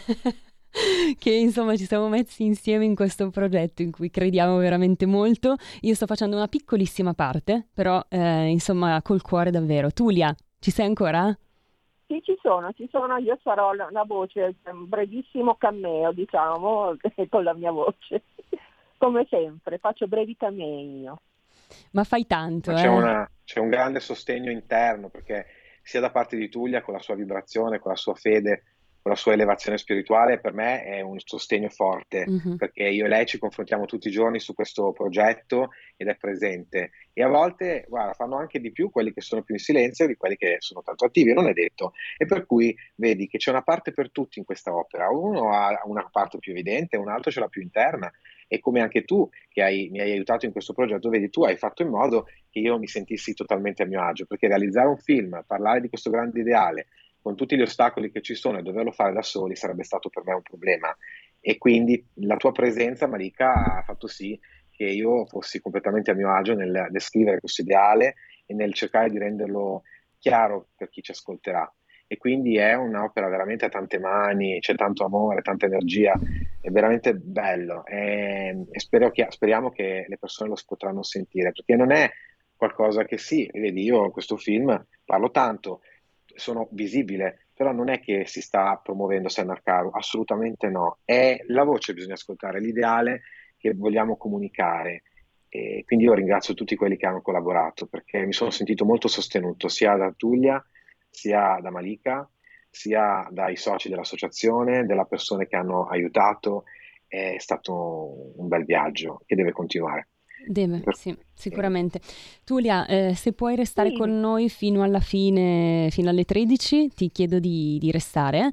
che insomma ci siamo messi insieme in questo progetto in cui crediamo veramente molto. Io sto facendo una piccolissima parte, però eh, insomma col cuore davvero. Tulia, ci sei ancora? Sì, ci sono, ci sono, io farò la, la voce, un brevissimo cameo, diciamo, con la mia voce, come sempre, faccio brevi camei io. Ma fai tanto, Ma eh? c'è, una, c'è un grande sostegno interno, perché sia da parte di Tulia, con la sua vibrazione, con la sua fede, con la sua elevazione spirituale, per me è un sostegno forte, mm-hmm. perché io e lei ci confrontiamo tutti i giorni su questo progetto ed è presente. E a volte, guarda, fanno anche di più quelli che sono più in silenzio di quelli che sono tanto attivi, non è detto. E per cui vedi che c'è una parte per tutti in questa opera. Uno ha una parte più evidente, un altro ce l'ha più interna. E come anche tu che hai, mi hai aiutato in questo progetto, vedi, tu hai fatto in modo che io mi sentissi totalmente a mio agio, perché realizzare un film, parlare di questo grande ideale, con tutti gli ostacoli che ci sono e doverlo fare da soli sarebbe stato per me un problema. E quindi la tua presenza, Malika, ha fatto sì che io fossi completamente a mio agio nel descrivere questo ideale e nel cercare di renderlo chiaro per chi ci ascolterà. E quindi è un'opera veramente a tante mani, c'è tanto amore, tanta energia, è veramente bello e, e spero che, speriamo che le persone lo potranno sentire, perché non è qualcosa che sì, vedi, io in questo film parlo tanto, sono visibile, però non è che si sta promuovendo Sandar Caro, assolutamente no, è la voce che bisogna ascoltare, l'ideale che vogliamo comunicare. E quindi io ringrazio tutti quelli che hanno collaborato, perché mi sono sentito molto sostenuto sia da Tulia, sia da Malika, sia dai soci dell'associazione, delle persone che hanno aiutato. È stato un bel viaggio che deve continuare. Deve, sì, sicuramente. Tulia, eh, se puoi restare sì. con noi fino alla fine, fino alle tredici, ti chiedo di, di restare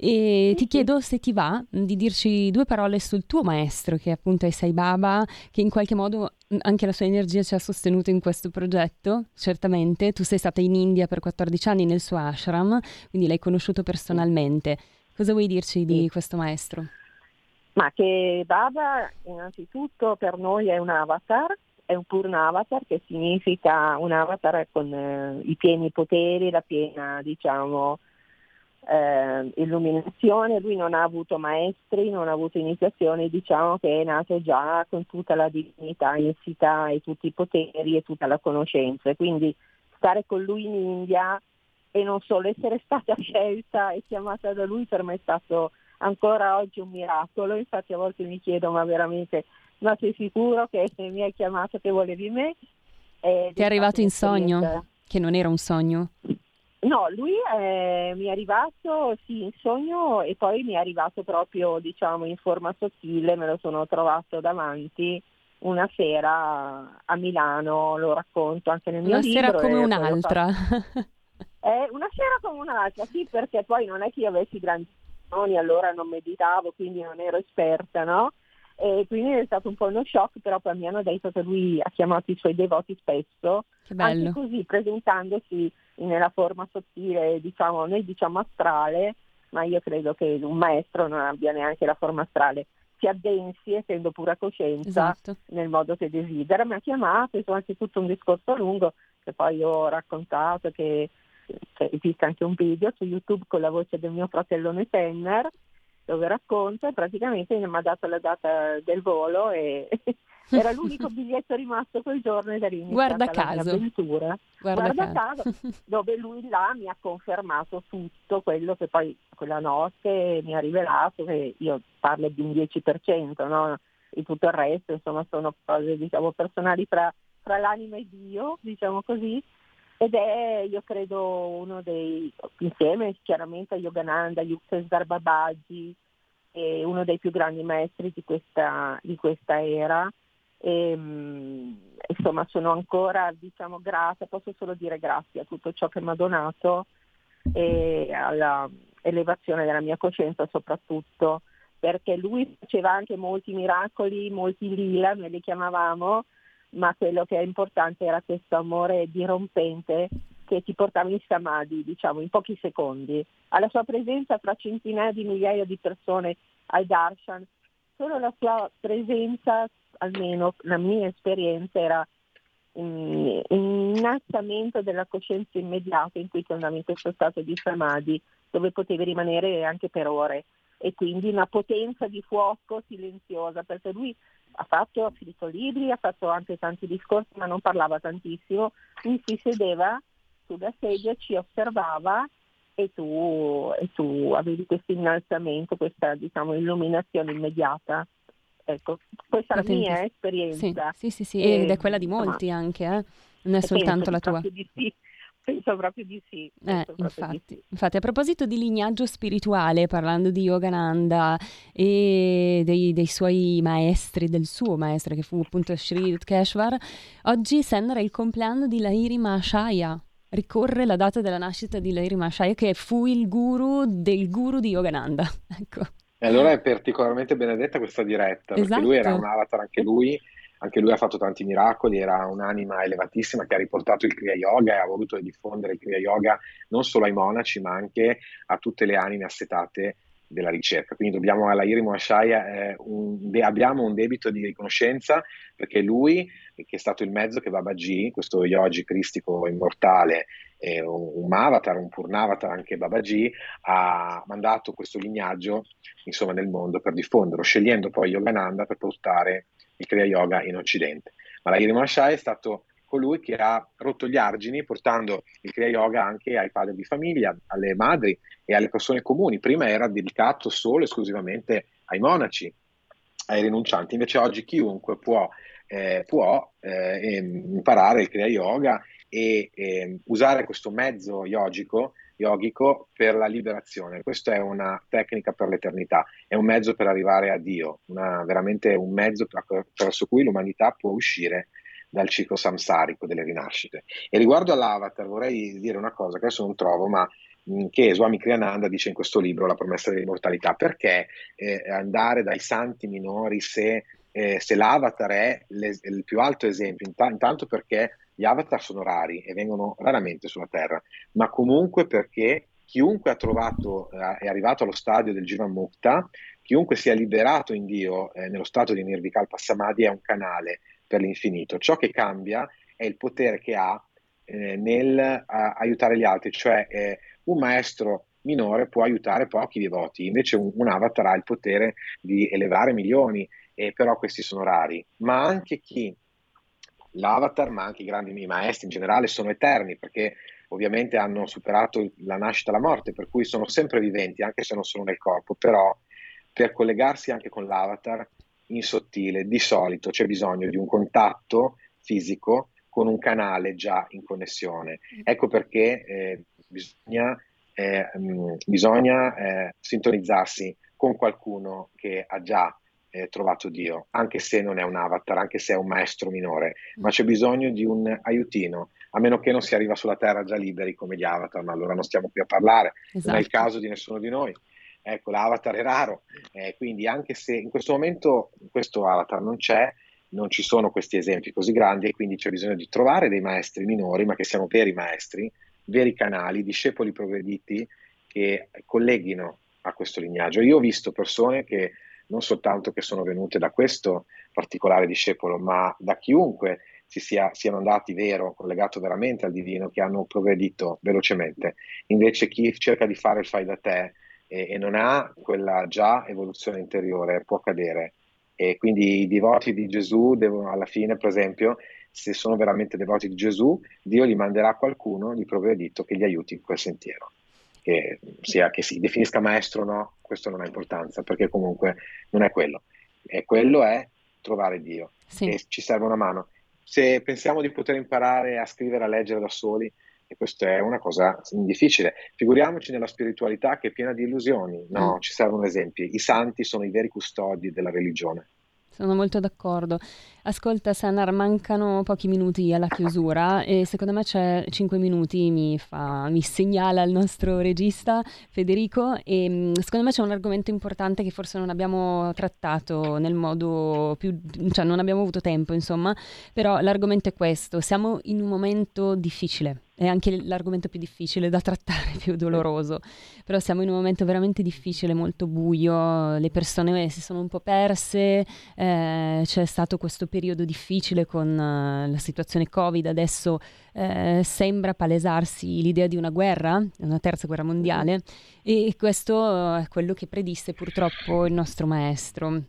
e sì, ti sì. chiedo se ti va di dirci due parole sul tuo maestro, che appunto è Sai Baba, che in qualche modo anche la sua energia ci ha sostenuto in questo progetto, certamente. Tu sei stata in India per quattordici anni nel suo ashram, quindi l'hai conosciuto personalmente. Cosa vuoi dirci di questo maestro? Ma che Baba innanzitutto per noi è un avatar, è un Purnavatar, che significa un avatar con eh, i pieni poteri, la piena, diciamo, eh, illuminazione. Lui non ha avuto maestri, non ha avuto iniziazioni, diciamo che è nato già con tutta la divinità insita e tutti i poteri e tutta la conoscenza. Quindi stare con lui in India e non solo essere stata scelta e chiamata da lui per me è stato ancora oggi un miracolo. Infatti a volte mi chiedo, ma veramente, ma sei sicuro che mi hai chiamato, che volevi me? Ed Ti è arrivato in sogno? Che non era un sogno? No, lui è, mi è arrivato sì in sogno e poi mi è arrivato proprio, diciamo, in forma sottile, me lo sono trovato davanti una sera a Milano, lo racconto anche nel mio una libro. Una sera come un'altra. Eh, una sera come un'altra, sì, perché poi non è che io avessi grandi allora non meditavo, quindi non ero esperta, no? E quindi è stato un po' uno shock, però poi mi hanno detto che lui ha chiamato i suoi devoti spesso, che bello. Anche così presentandosi nella forma sottile, diciamo, noi diciamo astrale, ma io credo che un maestro non abbia neanche la forma astrale, si addensi essendo pura coscienza, esatto, nel modo che desidera. Mi ha chiamato, insomma, c'è tutto un discorso lungo che poi ho raccontato, che cioè, esiste anche un video su YouTube con la voce del mio fratellone Tenner, dove racconta, e praticamente mi ha dato la data del volo e era l'unico biglietto rimasto quel giorno ed era iniziata Guarda la caso. mia avventura. Guarda, Guarda caso. caso, dove lui là mi ha confermato tutto quello che poi quella notte mi ha rivelato, che io parlo di un dieci per cento, no? E tutto il resto, insomma, sono cose, diciamo, personali fra, fra l'anima e Dio, diciamo così. Ed è, io credo, uno dei, insieme chiaramente a Yogananda, Yukteswar Babaji, è uno dei più grandi maestri di questa, di questa era. E, insomma, sono ancora, diciamo, grata, posso solo dire grazie a tutto ciò che mi ha donato e alla elevazione della mia coscienza soprattutto, perché lui faceva anche molti miracoli, molti lila, noi li chiamavamo, ma quello che è importante era questo amore dirompente che ti portava in samadhi, diciamo, in pochi secondi. Alla sua presenza fra centinaia di migliaia di persone al darshan, solo la sua presenza, almeno la mia esperienza, era un, un innalzamento della coscienza immediata in cui ti andavi in questo stato di samadhi, dove potevi rimanere anche per ore, e quindi una potenza di fuoco silenziosa, perché lui ha fatto, ha scritto libri, ha fatto anche tanti discorsi, ma non parlava tantissimo. Lui si sedeva sulla sedia, ci osservava e tu, e tu avevi questo innalzamento, questa, diciamo, illuminazione immediata. Ecco, questa è la mia esperienza. Sì, sì, sì, sì. E, ed è quella di molti insomma, anche, eh? Non è soltanto la tua. Di sì. Penso proprio di sì. Eh, infatti, di sì. infatti, a proposito di lignaggio spirituale, parlando di Yogananda e dei, dei suoi maestri, del suo maestro che fu appunto Sri Yukteswar, oggi Senner è il compleanno di Lahiri Mahashaya. Ricorre la data della nascita di Lahiri Mahashaya, che fu il guru del guru di Yogananda. Ecco. E allora è particolarmente benedetta questa diretta, perché Esatto. lui era un avatar anche lui. Anche lui ha fatto tanti miracoli, era un'anima elevatissima che ha riportato il Kriya Yoga e ha voluto diffondere il Kriya Yoga non solo ai monaci, ma anche a tutte le anime assetate della ricerca. Quindi dobbiamo alla Lahiri Mahashaya, eh, un, de, abbiamo un debito di riconoscenza, perché lui, che è stato il mezzo che Babaji, questo yogi cristico immortale, eh, un, un avatar, un purnavatar anche Babaji, ha mandato questo lignaggio, insomma, nel mondo per diffonderlo, scegliendo poi Yogananda per portare il Kriya Yoga in Occidente. Ma Lahiri Mahashaya è stato colui che ha rotto gli argini portando il Kriya Yoga anche ai padri di famiglia, alle madri e alle persone comuni. Prima era dedicato solo e esclusivamente ai monaci, ai rinuncianti, invece oggi chiunque può, eh, può eh, imparare il Kriya Yoga e eh, usare questo mezzo yogico yogico per la liberazione. Questa è una tecnica per l'eternità, è un mezzo per arrivare a Dio, una, veramente un mezzo attraverso cui l'umanità può uscire dal ciclo samsarico delle rinascite. E riguardo all'avatar vorrei dire una cosa che adesso non trovo, ma mh, che Swami Kriyananda dice in questo libro, La promessa dell'immortalità. Perché eh, andare dai santi minori se, eh, se l'avatar è le, il più alto esempio? Int- intanto perché gli avatar sono rari e vengono raramente sulla Terra, ma comunque perché chiunque ha trovato, eh, è arrivato allo stadio del Jivan Mukta, chiunque sia liberato in Dio eh, nello stato di Nirvikalpa Samadhi è un canale per l'infinito. Ciò che cambia è il potere che ha eh, nel a, aiutare gli altri, cioè eh, un maestro minore può aiutare pochi devoti, invece un, un avatar ha il potere di elevare milioni, e però questi sono rari. Ma anche chi l'avatar, ma anche i grandi maestri in generale sono eterni, perché ovviamente hanno superato la nascita e la morte, per cui sono sempre viventi anche se non sono nel corpo. Però per collegarsi anche con l'avatar in sottile di solito c'è bisogno di un contatto fisico con un canale già in connessione. Ecco perché eh, bisogna, eh, mh, bisogna eh, sintonizzarsi con qualcuno che ha già Eh, trovato Dio, anche se non è un avatar, anche se è un maestro minore, ma c'è bisogno di un aiutino, a meno che non si arriva sulla Terra già liberi come gli avatar, ma allora non stiamo qui a parlare, esatto. Non è il caso di nessuno di noi. Ecco, l'avatar è raro, eh, quindi anche se in questo momento questo avatar non c'è, non ci sono questi esempi così grandi, e quindi c'è bisogno di trovare dei maestri minori, ma che siano veri maestri, veri canali, discepoli progrediti, che colleghino a questo lignaggio. Io ho visto persone che non soltanto che sono venute da questo particolare discepolo, ma da chiunque si sia, siano andati vero, collegato veramente al divino, che hanno progredito velocemente. Invece chi cerca di fare il fai da te e, e non ha quella già evoluzione interiore può cadere. E quindi i devoti di Gesù devono, alla fine, per esempio, se sono veramente devoti di Gesù, Dio gli manderà qualcuno di progredito che gli aiuti in quel sentiero. Che sia che si definisca maestro o no, questo non ha importanza, perché comunque non è quello. E quello è trovare Dio. Sì. E ci serve una mano. Se pensiamo di poter imparare a scrivere, a leggere da soli, e questa è una cosa difficile, figuriamoci nella spiritualità che è piena di illusioni. No, Mm. ci servono esempi. I santi sono i veri custodi della religione. Sono molto d'accordo. Ascolta, Senar, mancano pochi minuti alla chiusura e secondo me c'è cinque minuti, mi fa, mi segnala il nostro regista Federico, e mh, secondo me c'è un argomento importante che forse non abbiamo trattato nel modo più, cioè non abbiamo avuto tempo, insomma, però l'argomento è questo: siamo in un momento difficile. È anche l'argomento più difficile da trattare, più doloroso, però siamo in un momento veramente difficile, molto buio, le persone si sono un po' perse, eh, c'è stato questo periodo difficile con uh, la situazione Covid, adesso eh, sembra palesarsi l'idea di una guerra, una terza guerra mondiale, e questo è quello che predisse purtroppo il nostro maestro.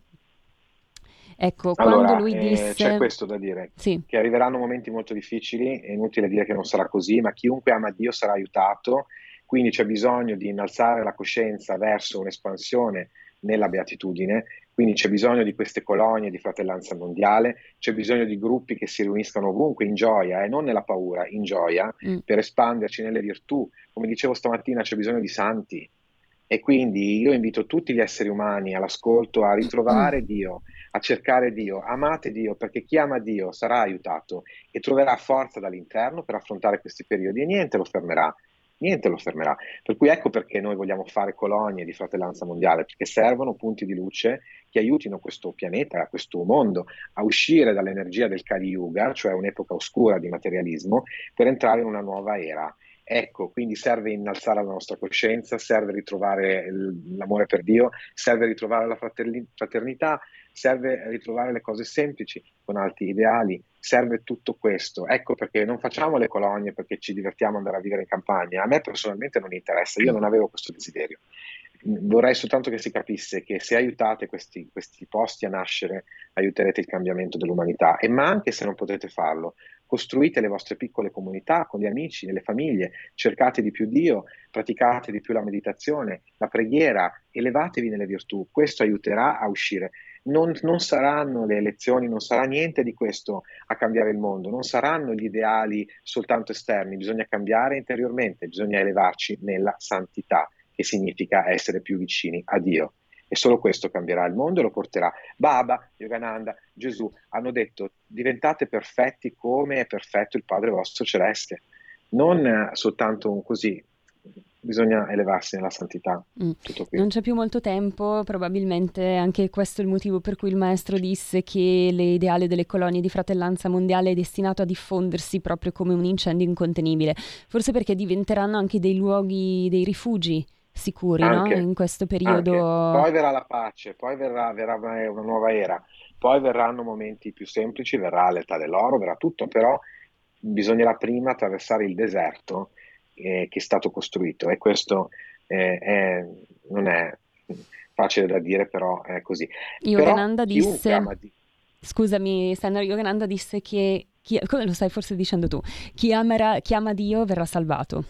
Ecco, Allora, quando lui eh, disse... c'è questo da dire, Sì. che arriveranno momenti molto difficili, è inutile dire che non sarà così, ma chiunque ama Dio sarà aiutato, quindi c'è bisogno di innalzare la coscienza verso un'espansione nella beatitudine, quindi c'è bisogno di queste colonie di fratellanza mondiale, c'è bisogno di gruppi che si riuniscano ovunque in gioia e non nella paura, in gioia, Mm. per espanderci nelle virtù. Come dicevo stamattina, c'è bisogno di santi. E quindi io invito tutti gli esseri umani all'ascolto a ritrovare Dio, a cercare Dio. Amate Dio, perché chi ama Dio sarà aiutato e troverà forza dall'interno per affrontare questi periodi e niente lo fermerà. Niente lo fermerà. Per cui ecco perché noi vogliamo fare colonie di fratellanza mondiale, perché servono punti di luce che aiutino questo pianeta, questo mondo a uscire dall'energia del Kali Yuga, cioè un'epoca oscura di materialismo, per entrare in una nuova era. Ecco, quindi serve innalzare la nostra coscienza, serve ritrovare il- l'amore per Dio, serve ritrovare la fraterni- fraternità, serve ritrovare le cose semplici con alti ideali, serve tutto questo. Ecco perché non facciamo le colonie perché ci divertiamo ad andare a vivere in campagna. A me personalmente non interessa, io non avevo questo desiderio. Vorrei soltanto che si capisse che se aiutate questi, questi posti a nascere, aiuterete il cambiamento dell'umanità. E ma anche se non potete farlo, costruite le vostre piccole comunità con gli amici, nelle famiglie, cercate di più Dio, praticate di più la meditazione, la preghiera, elevatevi nelle virtù. Questo aiuterà a uscire. Non, non saranno le elezioni, non sarà niente di questo a cambiare il mondo, non saranno gli ideali soltanto esterni, bisogna cambiare interiormente, bisogna elevarci nella santità, che significa essere più vicini a Dio. E solo questo cambierà il mondo e lo porterà. Baba, Yogananda, Gesù hanno detto: diventate perfetti come è perfetto il Padre vostro celeste. Non eh, soltanto un così, bisogna elevarsi nella santità. Mm. Tutto qui. Non c'è più molto tempo, probabilmente anche questo è il motivo per cui il maestro disse che l'ideale delle colonie di fratellanza mondiale è destinato a diffondersi proprio come un incendio incontenibile, forse perché diventeranno anche dei luoghi, dei rifugi sicuri, Anche, no? In questo periodo. anche. Poi verrà la pace, poi verrà, verrà una una nuova era, poi verranno momenti più semplici, verrà l'età dell'oro, verrà tutto, però bisognerà prima attraversare il deserto eh, che è stato costruito, e questo eh, è- non è facile da dire, però è così. Però Yogananda chiunque disse, ama Dio, scusami, Steiner, Yogananda disse che, chi, come lo stai forse dicendo tu, chi amerà, chi ama Dio verrà salvato.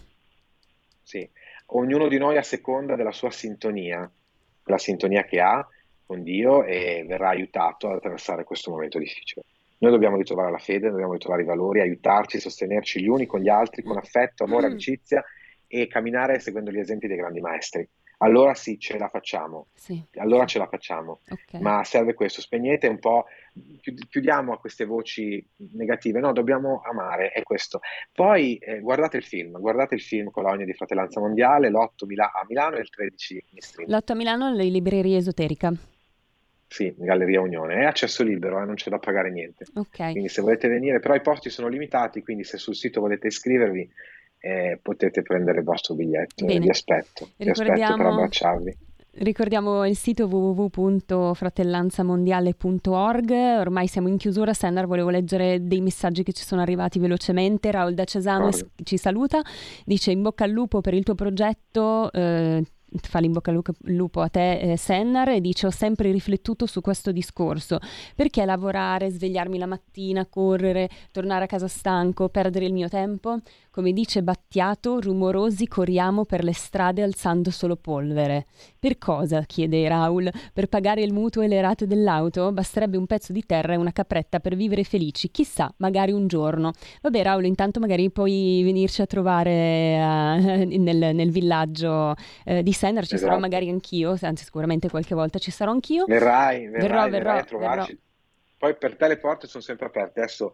sì, ognuno di noi a seconda della sua sintonia, la sintonia che ha con Dio, e verrà aiutato ad attraversare questo momento difficile. Noi dobbiamo ritrovare la fede, dobbiamo ritrovare i valori, aiutarci, sostenerci gli uni con gli altri, con affetto, amore, amicizia, e camminare seguendo gli esempi dei grandi maestri. Allora sì, ce la facciamo, Sì, allora ce la facciamo, ok. ma serve questo, spegnete un po', chiud- chiudiamo a queste voci negative, no, dobbiamo amare, è questo. Poi eh, guardate il film, guardate il film Colonia di Fratellanza Mondiale, l'otto Mila- a Milano e il tredici in stream. L'otto a Milano alle librerie Esoterica. Sì, Galleria Unione, è accesso libero, eh, non c'è da pagare niente. Ok. Quindi se volete venire, però i posti sono limitati, quindi se sul sito volete iscrivervi, eh, potete prendere il vostro biglietto. Bene. Vi aspetto, vi aspetto per abbracciarvi. Ricordiamo il sito w w w punto fratellanzamondiale punto org. Ormai siamo in chiusura. Sennar, volevo leggere dei messaggi che ci sono arrivati velocemente. Raul da Cesano Corre. ci saluta, dice: in bocca al lupo per il tuo progetto, eh, fa l'in bocca al lupo a te, eh, Sennar, e dice: ho sempre riflettuto su questo discorso, perché lavorare, svegliarmi la mattina, correre, tornare a casa stanco, perdere il mio tempo? Come dice Battiato, rumorosi corriamo per le strade alzando solo polvere. Per cosa? Chiede Raul. Per pagare il mutuo e le rate dell'auto? Basterebbe un pezzo di terra e una capretta per vivere felici. Chissà, magari un giorno. Vabbè Raul, intanto magari puoi venirci a trovare uh, nel, nel villaggio uh, di Sennar. Ci esatto. sarò magari anch'io, anzi sicuramente qualche volta ci sarò anch'io. Verrai, verrai, verrò, verrai verrò, a trovarci. verrò. Poi per te le porte sono sempre aperte. Adesso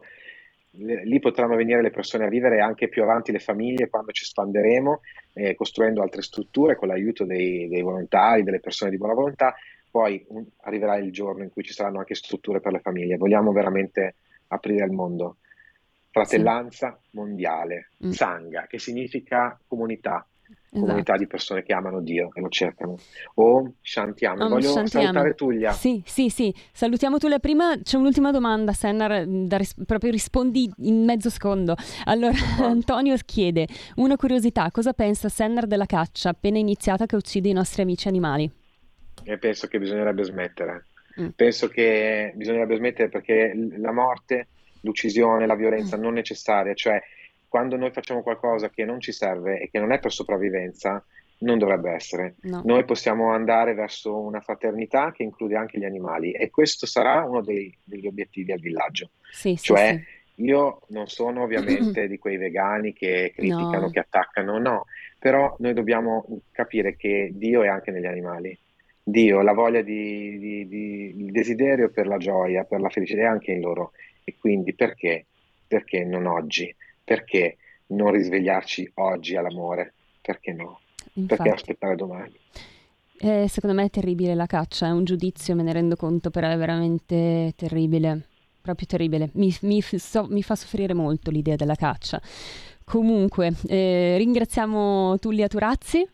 lì potranno venire le persone a vivere, anche più avanti le famiglie, quando ci espanderemo, eh, costruendo altre strutture con l'aiuto dei, dei volontari, delle persone di buona volontà. Poi um, arriverà il giorno in cui ci saranno anche strutture per le famiglie. Vogliamo veramente aprire al mondo. Fratellanza sì. mondiale, mm. Sangha, che significa comunità. Esatto. Comunità di persone che amano Dio e lo cercano. Om Shantiam. Voglio Shantiam. salutare Tullia. Sì, sì, sì. Salutiamo Tullia. Prima c'è un'ultima domanda, Sennar, da ris- proprio rispondi in mezzo secondo. Allora, oh. Antonio chiede: una curiosità, cosa pensa Sennar della caccia appena iniziata che uccide i nostri amici animali? E penso che bisognerebbe smettere. Mm. Penso che bisognerebbe smettere perché la morte, l'uccisione, la violenza mm. non necessaria, cioè quando noi facciamo qualcosa che non ci serve e che non è per sopravvivenza, non dovrebbe essere. No. Noi possiamo andare verso una fraternità che include anche gli animali, e questo sarà uno dei, degli obiettivi al villaggio. Sì, cioè, sì, sì. Io non sono ovviamente di quei vegani che criticano, No. che attaccano, no, però noi dobbiamo capire che Dio è anche negli animali. Dio, la voglia di, di, di il desiderio per la gioia, per la felicità è anche in loro. E quindi perché? Perché non oggi? Perché non risvegliarci oggi all'amore? Perché no? Infatti. Perché aspettare domani? Eh, secondo me è terribile la caccia, è un giudizio, me ne rendo conto, però è veramente terribile, proprio terribile. Mi, mi, so, mi fa soffrire molto l'idea della caccia. Comunque, eh, ringraziamo Tullia Turazzi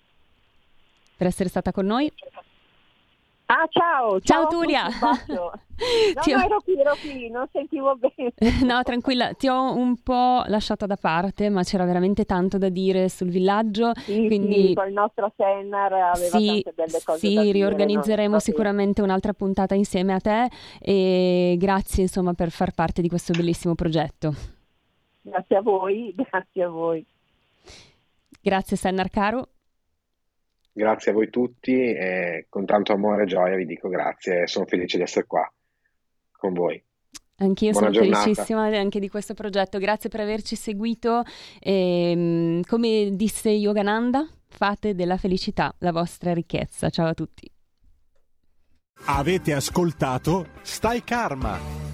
per essere stata con noi. Ah, ciao! Ciao, ciao Tullia! No, Ti ho... no, ero qui, ero qui, non sentivo bene. No, tranquilla, ti ho un po' lasciata da parte, ma c'era veramente tanto da dire sul villaggio. Sì, quindi... sì, con il nostro Sennar aveva sì, tante belle cose sì, da dire. riorganizzeremo No? sicuramente un'altra puntata insieme a te, e grazie insomma per far parte di questo bellissimo progetto. Grazie a voi, grazie a voi. Grazie Sennar caro. Grazie a voi tutti, e con tanto amore e gioia vi dico grazie, sono felice di essere qua con voi. Anch'io Buona sono giornata. felicissima anche di questo progetto, grazie per averci seguito e, come disse Yogananda, fate della felicità la vostra ricchezza. Ciao a tutti. Avete ascoltato Stai Karma.